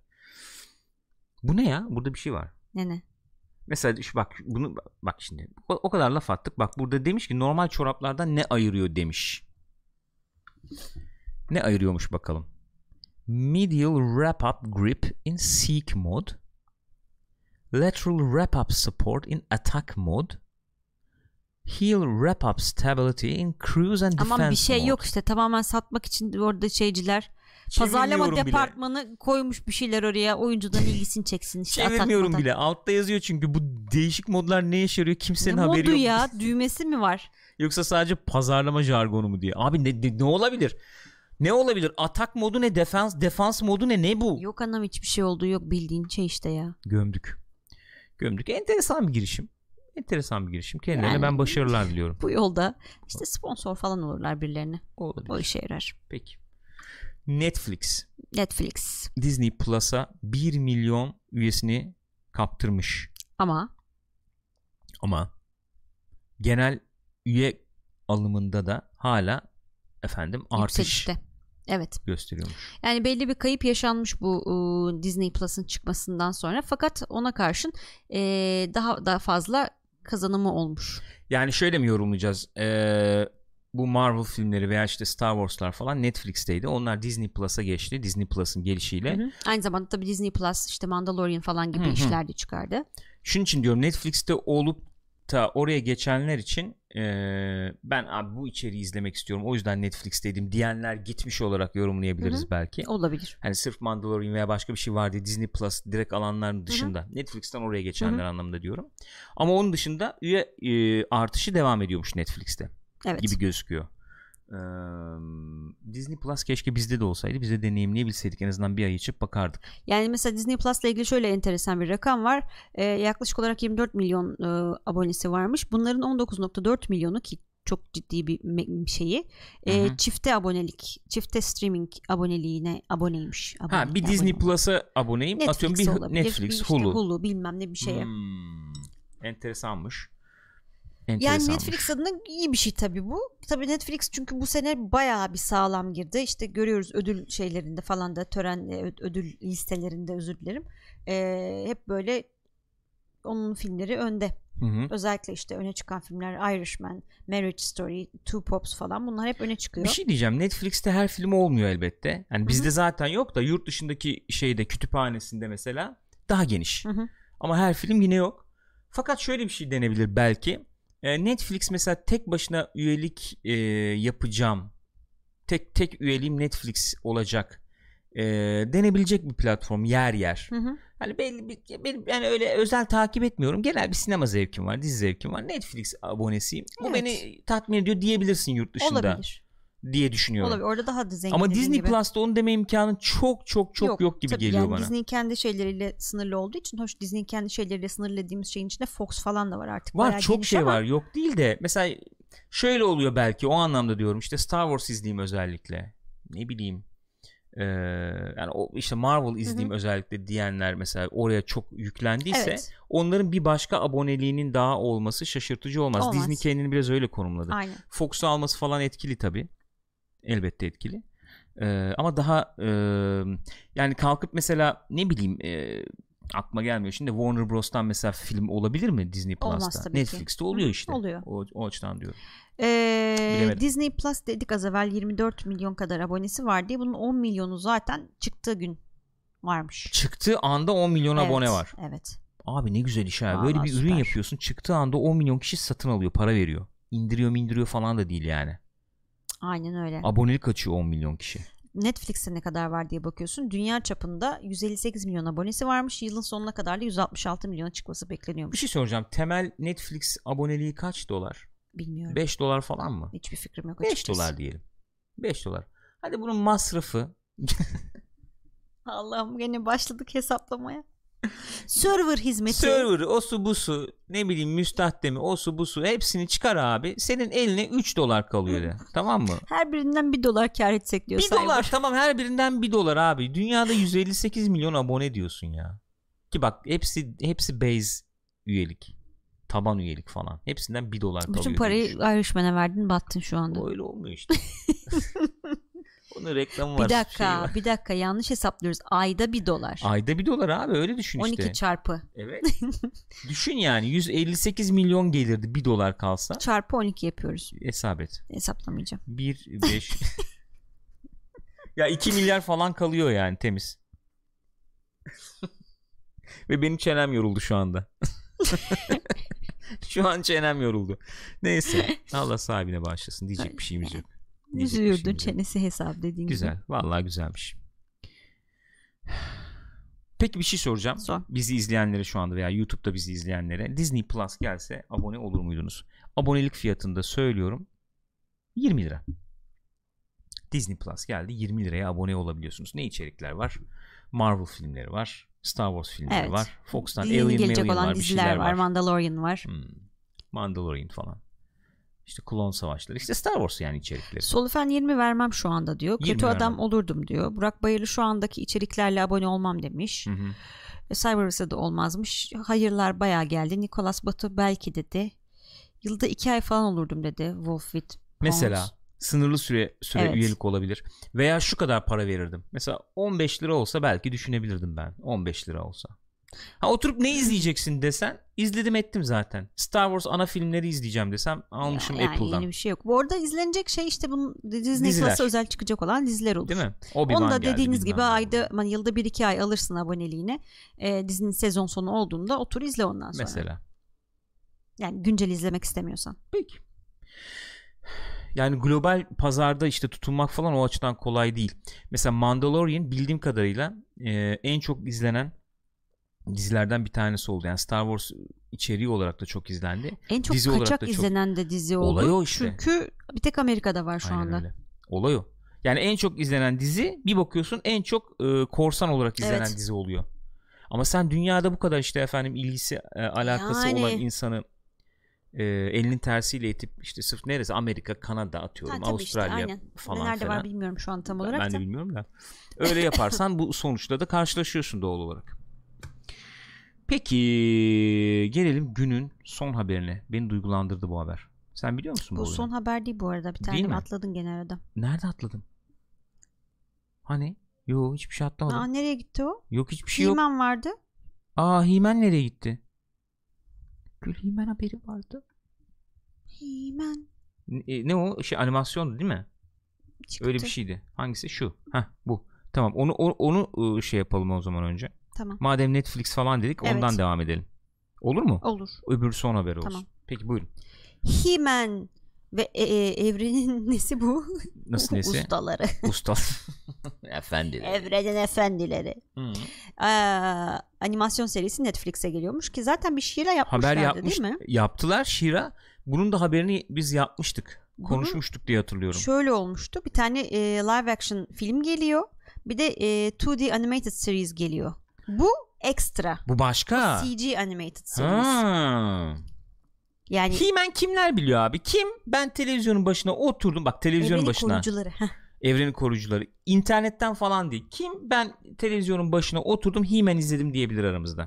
Bu ne ya? Burada bir şey var. Ne ne? Mesela şu bak bunu bak şimdi. O, o kadar laf attık. Bak burada demiş ki normal çoraplardan ne ayırıyor demiş. Ne ayırıyormuş bakalım. Medial wrap up grip in seek mode. Lateral wrap up support in attack mode. Heel wrap up stability in cruise and defense mode. Ama bir şey mode. Yok işte, tamamen satmak için orada şeyciler pazarlama departmanı bile. Koymuş bir şeyler oraya, oyuncudan ilgisini çeksin işte. Çevirmiyorum bile. Altta yazıyor çünkü bu değişik modlar ne işe yarıyor kimsenin ne haberi yok. Ne modu ya? Düğmesi mi var? Yoksa sadece pazarlama jargonu mu diye. Abi ne, ne, ne olabilir? Ne olabilir? Atak modu ne? Defans defans modu ne? Ne bu? Yok anam, hiçbir şey olduğu yok, bildiğin şey işte ya. Gömdük. Gömdük. Enteresan bir girişim. Enteresan bir girişim. Kendilerine yani, ben başarılar diliyorum. Bu yolda işte sponsor falan olurlar birilerine. Olabilir. O işe yarar. Peki. Netflix. Netflix. Disney Plus'a bir milyon üyesini kaptırmış. Ama ama genel üye alımında da hala efendim artış yükselişte. Evet. gösteriyormuş. Yani belli bir kayıp yaşanmış bu uh, Disney Plus'ın çıkmasından sonra, fakat ona karşın e, daha daha fazla kazanımı olmuş. Yani şöyle mi yorumlayacağız? Ee, bu Marvel filmleri veya işte Star Wars'lar falan Netflix'teydi. Onlar Disney Plus'a geçti. Disney Plus'ın gelişiyle. Hı hı. Aynı zamanda tabii Disney Plus işte Mandalorian falan gibi hı hı. işler de çıkardı. Şunun için diyorum, Netflix'te olup da oraya geçenler için ee, ben abi bu içeriği izlemek istiyorum, o yüzden Netflix'teydim diyenler gitmiş olarak yorumlayabiliriz. Hı-hı. Belki. Olabilir. Hani sırf Mandalorian veya başka bir şey vardı Disney Plus direkt alanların dışında, Hı-hı. Netflix'ten oraya geçenler, Hı-hı. anlamında diyorum. Ama onun dışında üye e, artışı devam ediyormuş Netflix'te. Evet. Gibi gözüküyor. Ee, Disney Plus keşke bizde de olsaydı, bize deneyimleyebilseydik, en azından bir ay içip bakardık. Yani mesela Disney Plus'la ilgili şöyle enteresan bir rakam var. Ee, yaklaşık olarak yirmi dört milyon e, abonesi varmış. Bunların on dokuz nokta dört milyonu, ki çok ciddi bir me- şeyi e, çifte abonelik, çifte streaming aboneliğine aboneymiş. Abonelik, ha bir Disney abone Plus'a aboneyim. Netflix atıyorum bir olabilir, Netflix, bir işte Hulu. Hulu bilmem ne bir şeye. Hmm, enteresanmış. Yani Netflix adına iyi bir şey tabii bu. Tabii Netflix çünkü bu sene bayağı bir sağlam girdi. İşte görüyoruz ödül şeylerinde falan da, tören ödül listelerinde, özür dilerim. Ee, hep böyle onun filmleri önde. Hı hı. Özellikle işte öne çıkan filmler Irishman, Marriage Story, Two Popes falan, bunlar hep öne çıkıyor. Bir şey diyeceğim, Netflix'te her film olmuyor elbette. Yani bizde Hı-hı. zaten yok da yurt dışındaki şeyde, kütüphanesinde mesela daha geniş. Hı-hı. Ama her film yine yok. Fakat şöyle bir şey denebilir belki. Netflix mesela tek başına üyelik e, yapacağım, tek tek üyeliğim Netflix olacak e, denebilecek bir platform yer yer. Hı hı. Hani belli bir, benim yani öyle özel takip etmiyorum. Genel bir sinema zevkim var, dizi zevkim var. Netflix abonesiyim. Bu evet. beni tatmin ediyor diyebilirsin yurt dışında. Olabilir. Diye düşünüyorum. Olabilir. Orada daha da zengin. Ama Disney gibi. Plus'ta onu deme imkanı çok çok çok yok, yok gibi tabii geliyor yani bana. Disney kendi şeyleriyle sınırlı olduğu için, hoş Disney kendi şeyleriyle sınırlı dediğimiz şeyin içinde Fox falan da var artık. Var, çok şey ama... var, yok değil de mesela şöyle oluyor belki, o anlamda diyorum, işte Star Wars izleyeyim özellikle, ne bileyim ee, yani o işte Marvel izleyeyim Hı-hı. özellikle diyenler mesela oraya çok yüklendiyse evet. onların bir başka aboneliğinin daha olması şaşırtıcı olmaz. olmaz. Disney kendini biraz öyle konumladı. Aynen. Fox'u alması falan etkili tabii. Elbette etkili. Ee, ama daha e, yani kalkıp mesela ne bileyim e, aklıma gelmiyor şimdi, Warner Bros'tan mesela film olabilir mi Disney Plus'ta? Netflix'te ki. oluyor Hı, işte. Oluyor. O, o açıdan diyorum. Ee, Disney Plus dedik az evvel, yirmi dört milyon kadar abonesi var diye. Bunun on milyonu zaten çıktığı gün varmış. Çıktığı anda on milyon evet, abone var. Evet. Abi ne güzel iş ha. Böyle bir süper. Ürün yapıyorsun. Çıktığı anda on milyon kişi satın alıyor, para veriyor. İndiriyor indiriyor falan da değil yani. Aynen öyle. Abonelik açıyor on milyon kişi. Netflix'te ne kadar var diye bakıyorsun. Dünya çapında yüz elli sekiz milyon abonesi varmış. Yılın sonuna kadar da yüz altmış altı milyona çıkması bekleniyormuş. Bir şey soracağım. Temel Netflix aboneliği kaç dolar? Bilmiyorum. beş dolar falan mı? Hiçbir fikrim yok açıkçası. beş dolar diyelim. beş dolar. Hadi bunun masrafı. Allah'ım gene başladık hesaplamaya. Server hizmeti. Server, osu busu, ne bileyim müstahdemi, osu busu, hepsini çıkar abi. Senin eline üç dolar kalıyor de. Tamam mı? Her birinden bir dolar kar etsek diyor. Bir Cyber. Dolar, tamam, her birinden bir dolar abi. Dünyada yüz elli sekiz milyon abone diyorsun ya. Ki bak hepsi hepsi base üyelik. Taban üyelik falan. Hepsinden bir dolar kalıyor. Bütün parayı Irishman'a verdin, battın şu anda. Öyle olmuyor işte. Onun reklamı var. Bir dakika şey var. bir dakika yanlış hesaplıyoruz. Ayda bir dolar. Ayda bir dolar abi, öyle düşün on iki işte. on iki çarpı. Evet. Düşün yani yüz elli sekiz milyon gelirdi bir dolar kalsa. Çarpı on iki yapıyoruz. Hesap et. Hesaplamayacağım. bir beş ya iki milyar falan kalıyor yani temiz. Ve benim çenem yoruldu şu anda. Şu an çenem yoruldu. Neyse. Allah sahibine bağışlasın. Diyecek bir şeyimiz yok. Üzüldün çenesi hesap dediğin güzel. gibi. Güzel. Vallahi güzelmiş. Peki bir şey soracağım. Sor. Bizi izleyenlere şu anda veya YouTube'da bizi izleyenlere, Disney Plus gelse abone olur muydunuz? Abonelik fiyatında söylüyorum yirmi lira. Disney Plus geldi, yirmi liraya abone olabiliyorsunuz. Ne içerikler var? Marvel filmleri var. Star Wars filmleri evet. var. Fox'tan Alien, gelecek Alien olan var, diziler var. var. Mandalorian var. Hmm. Mandalorian falan. İşte klon savaşları. İşte Star Wars yani içerikleri. Solufen yirmi vermem şu anda diyor. Kötü adam vermem. Olurdum diyor. Burak Bayırlı şu andaki içeriklerle abone olmam demiş. Hı hı. Cyberverse'e de olmazmış. Hayırlar bayağı geldi. Nicholas Batu belki dedi. Yılda iki ay falan olurdum dedi. Wolf with Mesela Pounds. Sınırlı süre süre evet. üyelik olabilir. Veya şu kadar para verirdim. Mesela on beş lira olsa belki düşünebilirdim ben. on beş lira olsa. Ha, oturup ne izleyeceksin desen izledim ettim zaten. Star Wars ana filmleri izleyeceğim desem almışım yani Apple'dan. Yeni bir şey yok. Bu arada izlenecek şey işte bunun Disney Plus'a özel çıkacak olan diziler olur. Değil mi? Obi-Wan Onu da geldi, dediğiniz gibi ne ayda yani yılda bir iki ay alırsın aboneliğine. E, dizinin sezon sonu olduğunda otur izle ondan sonra. Mesela. Yani güncel izlemek istemiyorsan. Peki. Yani global pazarda işte tutunmak falan o açıdan kolay değil. Mesela Mandalorian bildiğim kadarıyla e, en çok izlenen dizilerden bir tanesi oldu. Yani Star Wars içeriği olarak da çok izlendi. En çok dizi kaçak izlenen çok... de dizi oldu. Olay o işte. Çünkü bir tek Amerika'da var şu Aynen anda. Öyle. Olay o. Yani en çok izlenen dizi bir bakıyorsun en çok e, korsan olarak izlenen evet. dizi oluyor. Ama sen dünyada bu kadar işte efendim ilgisi e, alakası yani... olan insanı e, elinin tersiyle itip işte sırf neresi Amerika, Kanada atıyorum, ha, Avustralya işte, falan nerede falan. var bilmiyorum şu an tam olarak ben da. de bilmiyorum da. Öyle yaparsan bu sonuçla da karşılaşıyorsun doğal olarak. Peki gelelim günün son haberine. Beni duygulandırdı bu haber. Sen biliyor musun bu Bu olayı? son haber değil bu arada. Bir tane atladın gene arada. Nerede atladım? Hani? Yok hiçbir şey atlamadım. Aa, nereye gitti o? Yok hiçbir şey yok. He-Man vardı. Aa He-Man nereye gitti? Gül He-Man haberi vardı. He-Man. Ne, ne o? Şey animasyondu değil mi? Çıktı. Öyle bir şeydi. Hangisi? Şu. Heh bu. Tamam onu onu, onu şey yapalım o zaman önce. Tamam. Madem Netflix falan dedik evet. Ondan devam edelim. Olur mu? Olur. Öbür son haberi olsun. Tamam. Peki buyurun. He-Man ve e, e, evrenin nesi bu? Nasıl nesi? Ustaları. Usta. Efendileri. Evrenin efendileri. Ee, animasyon serisi Netflix'e geliyormuş ki zaten bir She-Ra yapmışlardı haber yapmış, değil mi? Yaptılar She-Ra. Bunun da haberini biz yapmıştık. Konuşmuştuk diye hatırlıyorum. Şöyle olmuştu. Bir tane e, live action film geliyor. Bir de e, iki D animated series geliyor. Bu ekstra. Bu başka. Bu C G animated series. Ha. Yani He-Man kimler biliyor abi? Kim? Ben televizyonun başına oturdum. Bak televizyonun evrenin başına. Koruyucuları. Evrenin koruyucuları. İnternetten falan değil. Kim? Ben televizyonun başına oturdum He-Man izledim diyebilir aramızda.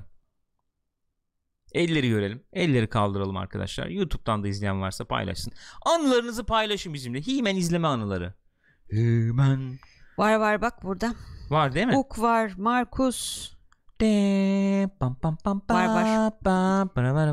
Elleri görelim. Elleri kaldıralım arkadaşlar. YouTube'dan da izleyen varsa paylaşsın. Anılarınızı paylaşın bizimle. He-Man izleme anıları. He-Man. Var var bak burada. Var değil mi? Hook var. Markus. De pam pam pam var var. Pam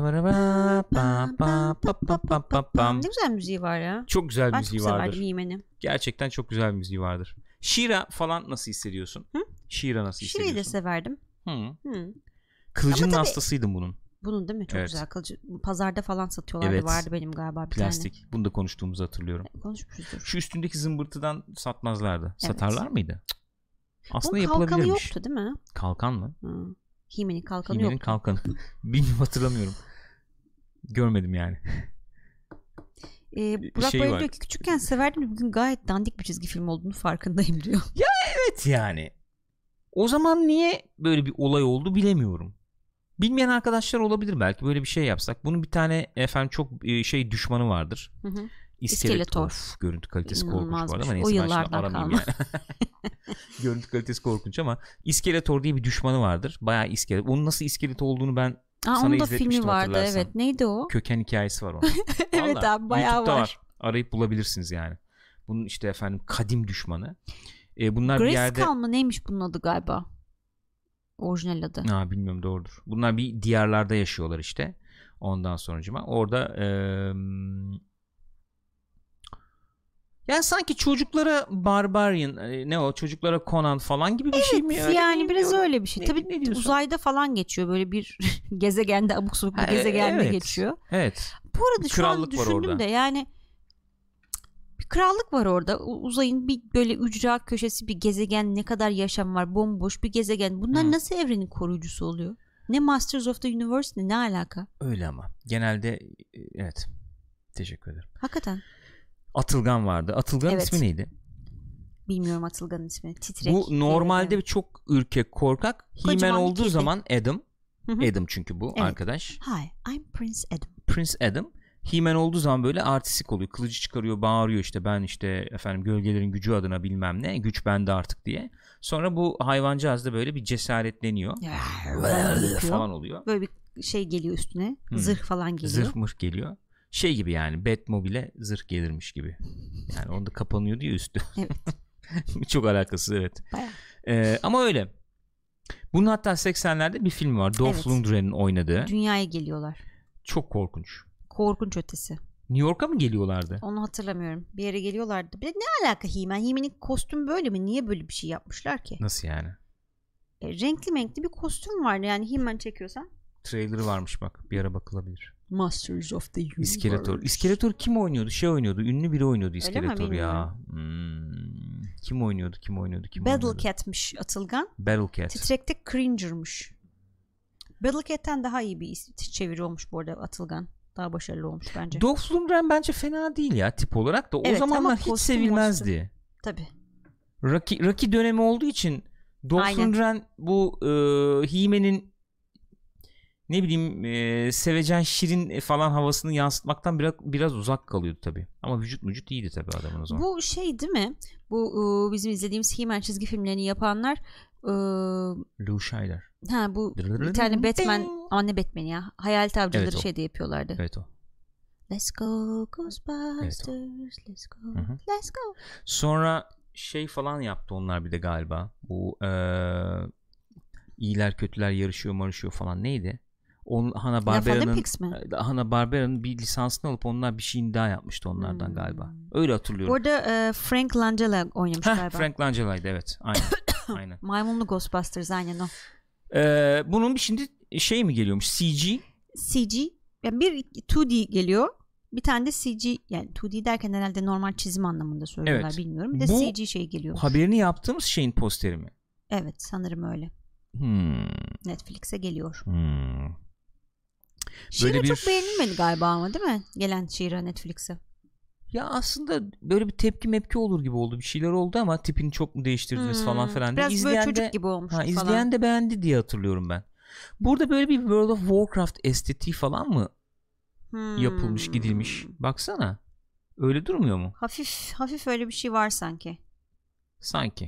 pam. Ne güzel müziği var ya. Çok güzel ben müziği çok vardır. He-Man'i. Gerçekten çok güzel bir müziği vardır. She-Ra falan nasıl hissediyorsun? Hı? She-Ra nasıl hissediyorsun? She-Ra'yı da severdim. Hı. Hı. Kılıcının tabii, hastasıydım bunun. Bunun değil mi? Çok evet. güzel kılıcı. Pazarda falan satıyorlardı. Evet. Vardı benim galiba bir plastik. tane. Bunu da konuştuğumuzu hatırlıyorum. Konuşmuşuzdur. Şu üstündeki zımbırtıdan satmazlardı. Evet. Satarlar mıydı? Aslında bunun yapılabilirmiş. Kalkanı yoktu değil mi? Kalkan mı? Hı. He-Man'in kalkanı He-Man'in yoktu. kalkanı. Bilmiyorum hatırlamıyorum. Görmedim yani. Ee, Burak şey Bayır diyor ki küçükken severdim. Bugün gayet dandik bir çizgi film olduğunu farkındayım diyor. Ya evet yani. O zaman niye böyle bir olay oldu bilemiyorum. Bilmeyen arkadaşlar olabilir belki böyle bir şey yapsak. Bunun bir tane efendim çok şey düşmanı vardır. Hı hı. İskeletor. Of, görüntü kalitesi korkunç bu arada ama neyse o yıllardan kalma. Yani. Görüntü kalitesi korkunç ama İskeletor diye bir düşmanı vardır. Bayağı iskelet. Onun nasıl iskelet olduğunu ben Aa, sana izletmiştim filmi vardı, hatırlarsan. Evet. Neydi o? Köken hikayesi var onun. Evet Vallahi, abi bayağı var. var. Arayıp bulabilirsiniz yani. Bunun işte efendim kadim düşmanı. Ee, bunlar Grace bir yerde... Skull mı neymiş bunun adı galiba? Orijinal adı. Ha, bilmiyorum doğrudur. Bunlar bir diyarlarda yaşıyorlar işte. Ondan sonucuma. Orada ee... yani sanki çocuklara Barbarian ne o çocuklara Conan falan gibi bir evet, şey mi? Evet yani biraz diyorum. Öyle bir şey. Ne, Tabii ne uzayda falan geçiyor. Böyle bir gezegende abuk sabuk bir ha, gezegende evet, geçiyor. Evet. Bu arada şu an düşündüm de yani bir krallık var orada. Uzayın bir böyle ücra köşesi bir gezegen, ne kadar yaşam var, bomboş bir gezegen. Bunlar hmm. nasıl evrenin koruyucusu oluyor? Ne Masters of the Universe ne alaka? Öyle ama genelde evet. Teşekkür ederim. Hakikaten. Atılgan vardı. Atılgan'ın evet. ismi neydi? Bilmiyorum Atılgan'ın ismini. Titrek. Bu normalde bir çok ürkek, korkak. He-Man olduğu kedi. Zaman Adam. Hı-hı. Adam çünkü bu evet. arkadaş. Hi, I'm Prince Adam. Prince Adam. He-Man olduğu zaman böyle artistik oluyor. Kılıcı çıkarıyor, bağırıyor işte ben işte efendim gölgelerin gücü adına bilmem ne. Güç bende artık diye. Sonra bu hayvancağız da böyle bir cesaretleniyor. falan oluyor. Böyle bir şey geliyor üstüne. Hmm. Zırh falan geliyor. Zırh mırh geliyor. Şey gibi yani Batmobile'e zırh gelirmiş gibi. Yani onda kapanıyor diye üstü. Evet. Çok alakasız evet. Ee, ama öyle. Bunun hatta seksenlerde bir film var. Dolph Evet. Lundgren'in oynadığı. Dünyaya geliyorlar. Çok korkunç. Korkunç ötesi. New York'a mı geliyorlardı? Onu hatırlamıyorum. Bir yere geliyorlardı. Bir de ne alaka He-Man? He-Man'in kostümü böyle mi? Niye böyle bir şey yapmışlar ki? Nasıl yani? E, renkli renkli bir kostüm vardı. Yani He-Man çekiyorsan. Trailer'ı varmış bak. Bir ara bakılabilir. Masters of the Universe. İskeletor. İskeletor kim oynuyordu? Şey oynuyordu. Ünlü biri oynuyordu İskeletor mi? ya. Hmm. Kim oynuyordu? Kim oynuyordu? Kim Battle oynuyordu? Cat'miş Atılgan. Battle Cat. Titrek'te Cringer'mış. Battle Cat'ten daha iyi bir çeviri olmuş bu arada Atılgan. Daha başarılı olmuş bence. Dolph Lundgren bence fena değil ya tip olarak da. O Evet, zamanlar hiç kostüm sevilmezdi. olsun. Tabii. Rocky, Rocky dönemi olduğu için Dolph Aynen. Lundgren bu e, He-Man'in ne bileyim e, sevecen şirin falan havasını yansıtmaktan biraz biraz uzak kalıyordu tabii. Ama vücut vücut iyiydi tabii adamın o zaman. Bu şey değil mi? Bu e, bizim izlediğimiz He-Man çizgi filmlerini yapanlar e, Lou Scheider. ha bu bir tane Batman ama ne Batman ya? Hayalet avcıları Evet, o. şeyde yapıyorlardı. Evet o. Let's go Ghostbusters. Evet, Let's go. Hı hı. Let's go. Sonra şey falan yaptı onlar bir de galiba. Bu e, iyiler kötüler yarışıyor marışıyor falan neydi? On, Hanna Barbera'nın Hanna Barbera'nın bir lisansını alıp onlar bir şeyin daha yapmıştı onlardan hmm. galiba. Öyle hatırlıyorum. Orada e, Frank Langella oynamış Heh, galiba. Frank Langella'ydı evet. Aynen. Aynen. Maymunlu Ghostbusters aynen o. Ee, bunun bir şimdi şey mi geliyormuş? C G? C G. Yani bir iki D geliyor. Bir tane de C G yani iki D derken herhalde normal çizim anlamında söylüyorlar evet. Bilmiyorum. Bir de Bu, C G şey geliyor. Haberini yaptığımız şeyin posteri mi? Evet sanırım öyle. Hmm. Netflix'e geliyor. Hmm. She-Ra bir... çok beğenilmedi galiba ama değil mi? Gelen She-Ra Netflix'e. Ya aslında böyle bir tepki mepki olur gibi oldu. Bir şeyler oldu ama tipini çok mu değiştirdiniz hmm. falan filan. Biraz izleyen böyle çocuk de, gibi olmuş ha, falan. İzleyen de beğendi diye hatırlıyorum ben. Burada böyle bir World of Warcraft estetiği falan mı hmm. yapılmış gidilmiş? Baksana. Öyle durmuyor mu? Hafif hafif öyle bir şey var sanki. Sanki.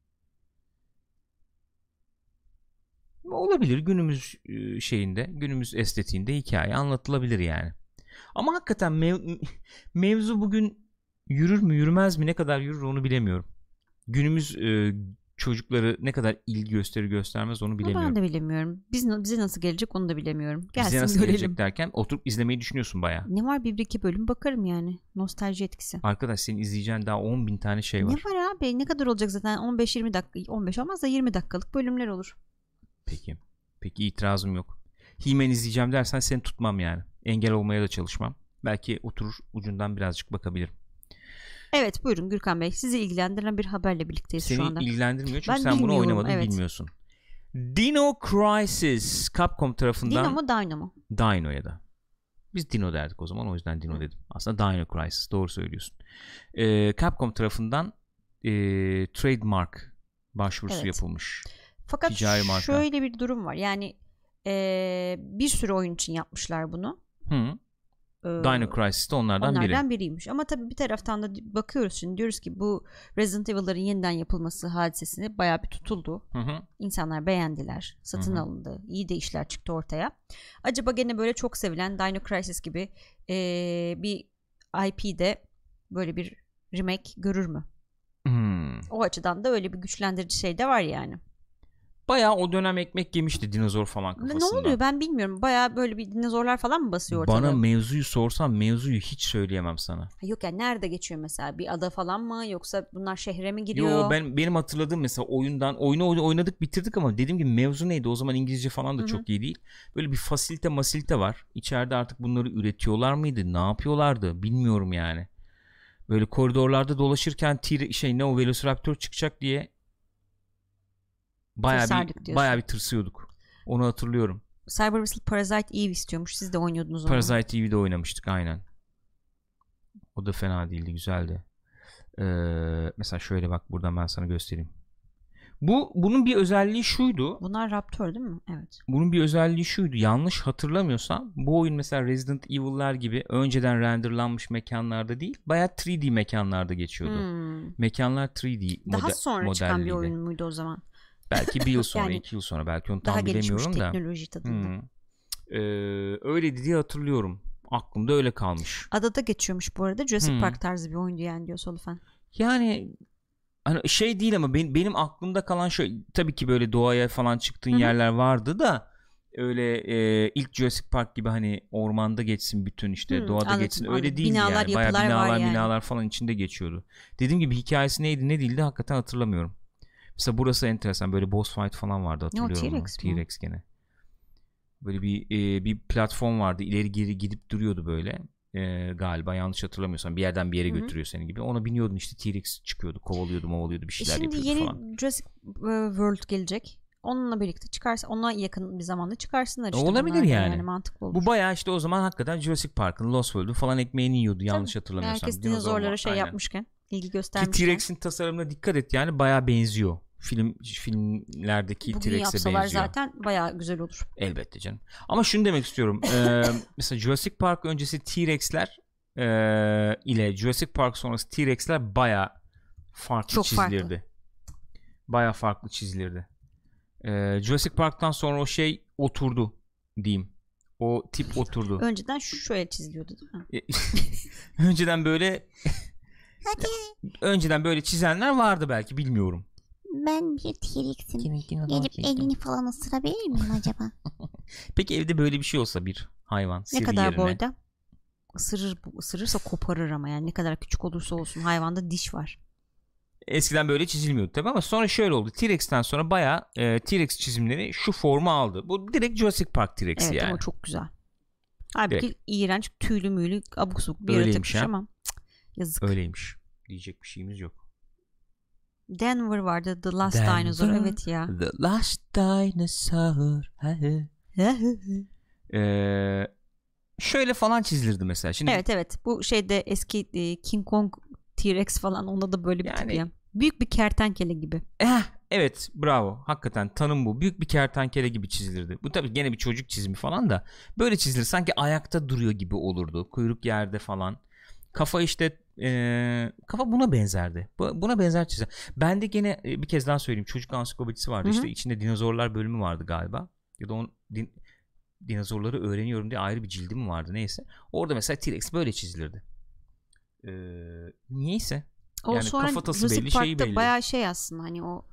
Olabilir günümüz şeyinde, günümüz estetiğinde hikaye anlatılabilir yani. Ama hakikaten mev- mevzu bugün yürür mü yürümez mi ne kadar yürür onu bilemiyorum. Günümüz e, çocukları ne kadar ilgi gösterir göstermez onu bilemiyorum. Ben de bilemiyorum. Biz, bize nasıl gelecek onu da bilemiyorum. Gelsin bize nasıl görelim. gelecek derken oturup izlemeyi düşünüyorsun bayağı. Ne var bir iki bölüm bakarım yani. Nostalji etkisi. Arkadaş senin izleyeceğin daha on bin tane şey var. Ne var abi ne kadar olacak zaten on beş yirmi dakika on beş olmaz da yirmi dakikalık bölümler olur. Peki. Peki itirazım yok. He-Man izleyeceğim dersen seni tutmam yani. Engel olmaya da çalışmam. Belki oturur ucundan birazcık bakabilirim. Evet buyurun Gürkan Bey. Sizi ilgilendiren bir haberle birlikteyiz Seni şu anda. Seni ilgilendirmiyor çünkü ben sen bunu oynamadın evet. bilmiyorsun. Dino Crisis Capcom tarafından. Dino mu Dino mu? Dino'ya da. Biz Dino derdik o zaman o yüzden Dino Hı. dedim. Aslında Dino Crisis doğru söylüyorsun. Ee, Capcom tarafından e, trademark başvurusu evet. yapılmış. Fakat şöyle bir durum var. Yani e, bir sürü oyun için yapmışlar bunu. Hı. Ee, Dino Crisis de onlardan, onlardan biri. Onlardan biriymiş. Ama tabii bir taraftan da bakıyoruz şimdi diyoruz ki bu Resident Evil'ların yeniden yapılması hadisesine bayağı bir tutuldu. Hı hı. İnsanlar beğendiler. Satın hı hı. alındı. İyi de işler çıktı ortaya. Acaba gene böyle çok sevilen Dino Crisis gibi e, bir I P'de böyle bir remake görür mü? Hmm. O açıdan da öyle bir güçlendirici şey de var yani. Bayağı o dönem ekmek yemişti dinozor falan kafasında. Ne oluyor ben bilmiyorum. Bayağı böyle bir dinozorlar falan mı basıyor ortada? Bana mevzuyu sorsan mevzuyu hiç söyleyemem sana. Yok yani nerede geçiyor mesela? Bir ada falan mı? Yoksa bunlar şehre mi gidiyor? Yo ben benim hatırladığım mesela oyundan oyunu oynadık bitirdik ama dediğim gibi mevzu neydi? O zaman İngilizce falan da Hı-hı. çok iyi değil. Böyle bir fasilite masilite var. İçeride artık bunları üretiyorlar mıydı? Ne yapıyorlardı? Bilmiyorum yani. Böyle koridorlarda dolaşırken tir şey ne o Velociraptor çıkacak diye Bayağı bir, bayağı bir tırsıyorduk. Onu hatırlıyorum. Cyber Whistle Parasite Eve istiyormuş. Siz de oynuyordunuz onu. Parasite Eve'de oynamıştık aynen. O da fena değildi. Güzeldi. Ee, mesela şöyle bak buradan ben sana göstereyim. Bu bunun bir özelliği şuydu. Bunlar Raptor değil mi? Evet. Bunun bir özelliği şuydu. Yanlış hatırlamıyorsam bu oyun mesela Resident Evil'lar gibi önceden renderlanmış mekanlarda değil. Bayağı üç D mekanlarda geçiyordu. Hmm. Mekanlar üç D Daha moda- sonra modelliydi. Çıkan bir oyun muydu o zaman? Belki bir yıl sonra, yani, iki yıl sonra belki onu tam bilemiyorum da. Daha gelişmiş teknoloji tadında. Hmm. Ee, öyleydi diye hatırlıyorum. Aklımda öyle kalmış. Adada geçiyormuş bu arada. Jurassic hmm. Park tarzı bir oyundu yani diyor Solufen. Yani hani şey değil ama benim, benim aklımda kalan şey tabii ki böyle doğaya falan çıktığın Hı-hı. yerler vardı da öyle e, ilk Jurassic Park gibi hani ormanda geçsin bütün işte Hı, doğada anladım, geçsin öyle anladım. Değildi binalar, yani. Bayağı binalar var yani. binalar falan içinde geçiyordu. Dediğim gibi hikayesi neydi ne değildi hakikaten hatırlamıyorum. Mesela burası enteresan böyle boss fight falan vardı hatırlıyorum. No, T-Rex, T-Rex gene. Böyle bir e, bir platform vardı ileri geri gidip duruyordu böyle. Ee, galiba yanlış hatırlamıyorsam bir yerden bir yere Hı-hı. götürüyor seni gibi. Ona biniyordun işte T-Rex çıkıyordu, kovalıyordu, movalıyordu bir şeyler Şimdi yapıyordu falan. Şimdi yeni Jurassic World gelecek. Onunla birlikte çıkarsa, ona yakın bir zamanda çıkarsınlar işte. Olabilir yani. yani. Mantıklı olur. Bu bayağı işte o zaman hakikaten Jurassic Park'ın, Lost World'un falan ekmeğini yiyordu yanlış Tabii. hatırlamıyorsam. Herkes dinozorlara şey Aynen. yapmışken, ilgi göstermişken. Ki T-Rex'in tasarımına dikkat et yani bayağı benziyor. Film filmlerdeki Bugün T-Rex'e benziyor. Bugün yapsalar zaten bayağı güzel olur. Elbette canım. Ama şunu demek istiyorum. ee, mesela Jurassic Park öncesi T-Rex'ler e, ile Jurassic Park sonrası T-Rex'ler bayağı farklı Çok çizilirdi. Farklı. Bayağı farklı çizilirdi. Ee, Jurassic Park'tan sonra o şey oturdu diyeyim. O tip oturdu. Önceden şöyle çiziliyordu değil mi? Önceden böyle Hadi. Önceden böyle çizenler vardı belki bilmiyorum. Ben bir T-Rex'im. Gelip elini falan ısırabilir miyim acaba? Peki evde böyle bir şey olsa bir hayvan ne kadar yerine. boyda? Isırır, ısırırsa koparır ama yani ne kadar küçük olursa olsun hayvanda diş var. Eskiden böyle çizilmiyordu tabii ama sonra şöyle oldu. T-Rex'ten sonra bayağı e, T-Rex çizimleri şu formu aldı. Bu direkt Jurassic Park T-Rex'i evet, yani. Evet ama çok güzel. Halbuki iğrenç tüylü müylü abuk subuk bir yaratıkmış ama cık, yazık. Öyleymiş. Diyecek bir şeyimiz yok. Denver vardı. The Last Denver, Dinosaur. Evet ya. The Last Dinosaur. ee, şöyle falan çizilirdi mesela. Şimdi evet evet. Bu şeyde eski e, King Kong T-Rex falan onda da böyle bir yani, tip ya. Büyük bir kertenkele gibi. Eh, evet bravo. Hakikaten tanım bu. Büyük bir kertenkele gibi çizilirdi. Bu tabii gene bir çocuk çizimi falan da. Böyle çizilir. Sanki ayakta duruyor gibi olurdu. Kuyruk yerde falan. Kafa işte e, kafa buna benzerdi. Buna benzer çizer. Ben de gene bir kez daha söyleyeyim. Çocuk ansiklopedisi vardı. Hı-hı. İşte içinde dinozorlar bölümü vardı galiba. Ya da on, din, dinozorları öğreniyorum diye ayrı bir cildi mi vardı neyse. Orada mesela T-Rex böyle çizilirdi. Ee, niyeyse. O yani sonra kafatası belli, şeyi belli. Bayağı şey aslında hani o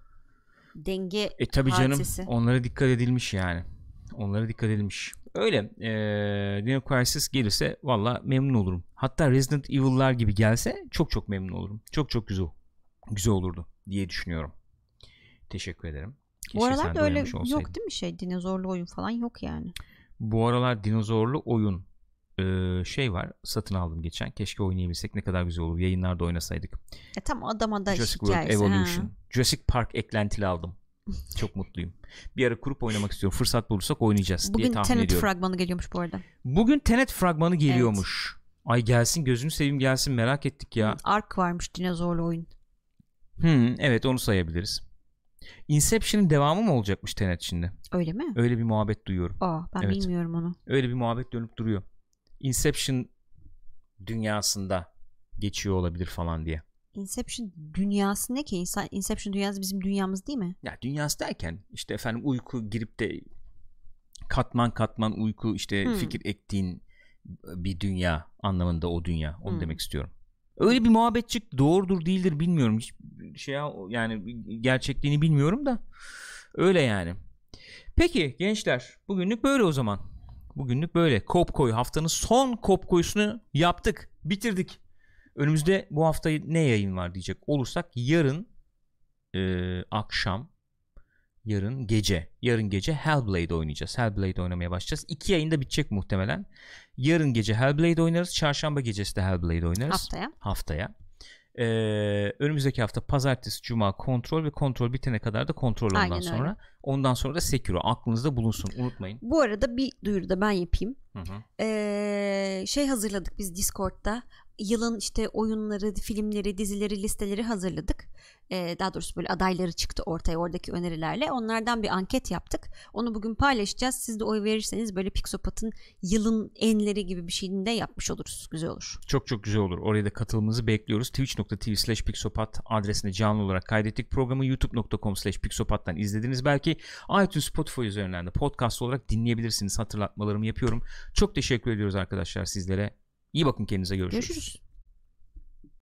denge e, tabii hadisesi. Canım onlara dikkat edilmiş yani. Onlara dikkat edilmiş. Öyle. Ee, Dino Crisis gelirse valla memnun olurum. Hatta Resident Evil'lar gibi gelse çok çok memnun olurum. Çok çok güzel güzel olurdu diye düşünüyorum. Teşekkür ederim. Keşke bu aralar öyle yok değil mi şey? Dinozorlu oyun falan yok yani. Bu aralar dinozorlu oyun Ee, şey var. Satın aldım geçen. Keşke oynayabilsek ne kadar güzel olur. Yayınlarda oynasaydık. E tam adama da Jurassic World Evolution. Ha. Jurassic Park eklentili aldım. Çok mutluyum. Bir ara kurup oynamak istiyorum. Fırsat bulursak oynayacağız Bugün diye tahmin Tenet ediyorum. Bugün Tenet fragmanı geliyormuş bu arada. Bugün Tenet fragmanı geliyormuş. Evet. Ay gelsin gözünü seveyim gelsin merak ettik ya. Ark varmış dinozorlu oyun. Hmm, evet onu sayabiliriz. Inception'ın devamı mı olacakmış Tenet şimdi? Öyle mi? Öyle bir muhabbet duyuyorum. Aa, ben evet. bilmiyorum onu. Öyle bir muhabbet dönüp duruyor. Inception dünyasında geçiyor olabilir falan diye. Inception dünyası ne ki? Inception dünyası bizim dünyamız değil mi? Ya dünyası derken işte efendim uyku girip de katman katman uyku işte hmm. fikir ektiğin bir dünya anlamında o dünya. Onu hmm. demek istiyorum. Öyle bir muhabbet çıktı. Doğrudur değildir bilmiyorum. Hiç şey yani gerçekliğini bilmiyorum da öyle yani. Peki gençler bugünlük böyle o zaman. Bugünlük böyle. Kopkoy haftanın son Kopkoy'sunu yaptık. Bitirdik. Önümüzde bu hafta ne yayın var diyecek olursak yarın e, akşam yarın gece yarın gece Hellblade oynayacağız. Hellblade oynamaya başlayacağız. İki yayında bitecek muhtemelen. Yarın gece Hellblade oynarız. Çarşamba gecesi de Hellblade oynarız. Haftaya. Haftaya. Ee, önümüzdeki hafta pazartesi, cuma kontrol ve kontrol bitene kadar da kontrol ondan Aynen sonra. Öyle. Ondan sonra da Sekiro. Aklınızda bulunsun. Unutmayın. Bu arada bir duyuru da ben yapayım. Hı hı. Ee, şey hazırladık biz Discord'da. Yılın işte oyunları, filmleri, dizileri, listeleri hazırladık. Ee, daha doğrusu böyle adayları çıktı ortaya oradaki önerilerle. Onlardan bir anket yaptık. Onu bugün paylaşacağız. Siz de oy verirseniz böyle Pixopat'ın yılın enleri gibi bir şeyini de yapmış oluruz. Güzel olur. Çok çok güzel olur. Oraya da katılımınızı bekliyoruz. twitch nokta tv slash pixopat adresine canlı olarak kaydettik programı. youtube nokta com slash pixopat'tan izlediniz. Belki iTunes, Spotify üzerinden de podcast olarak dinleyebilirsiniz. Hatırlatmalarımı yapıyorum. Çok teşekkür ediyoruz arkadaşlar sizlere. İyi bakın kendinize. Görüşürüz. Görüşürüz.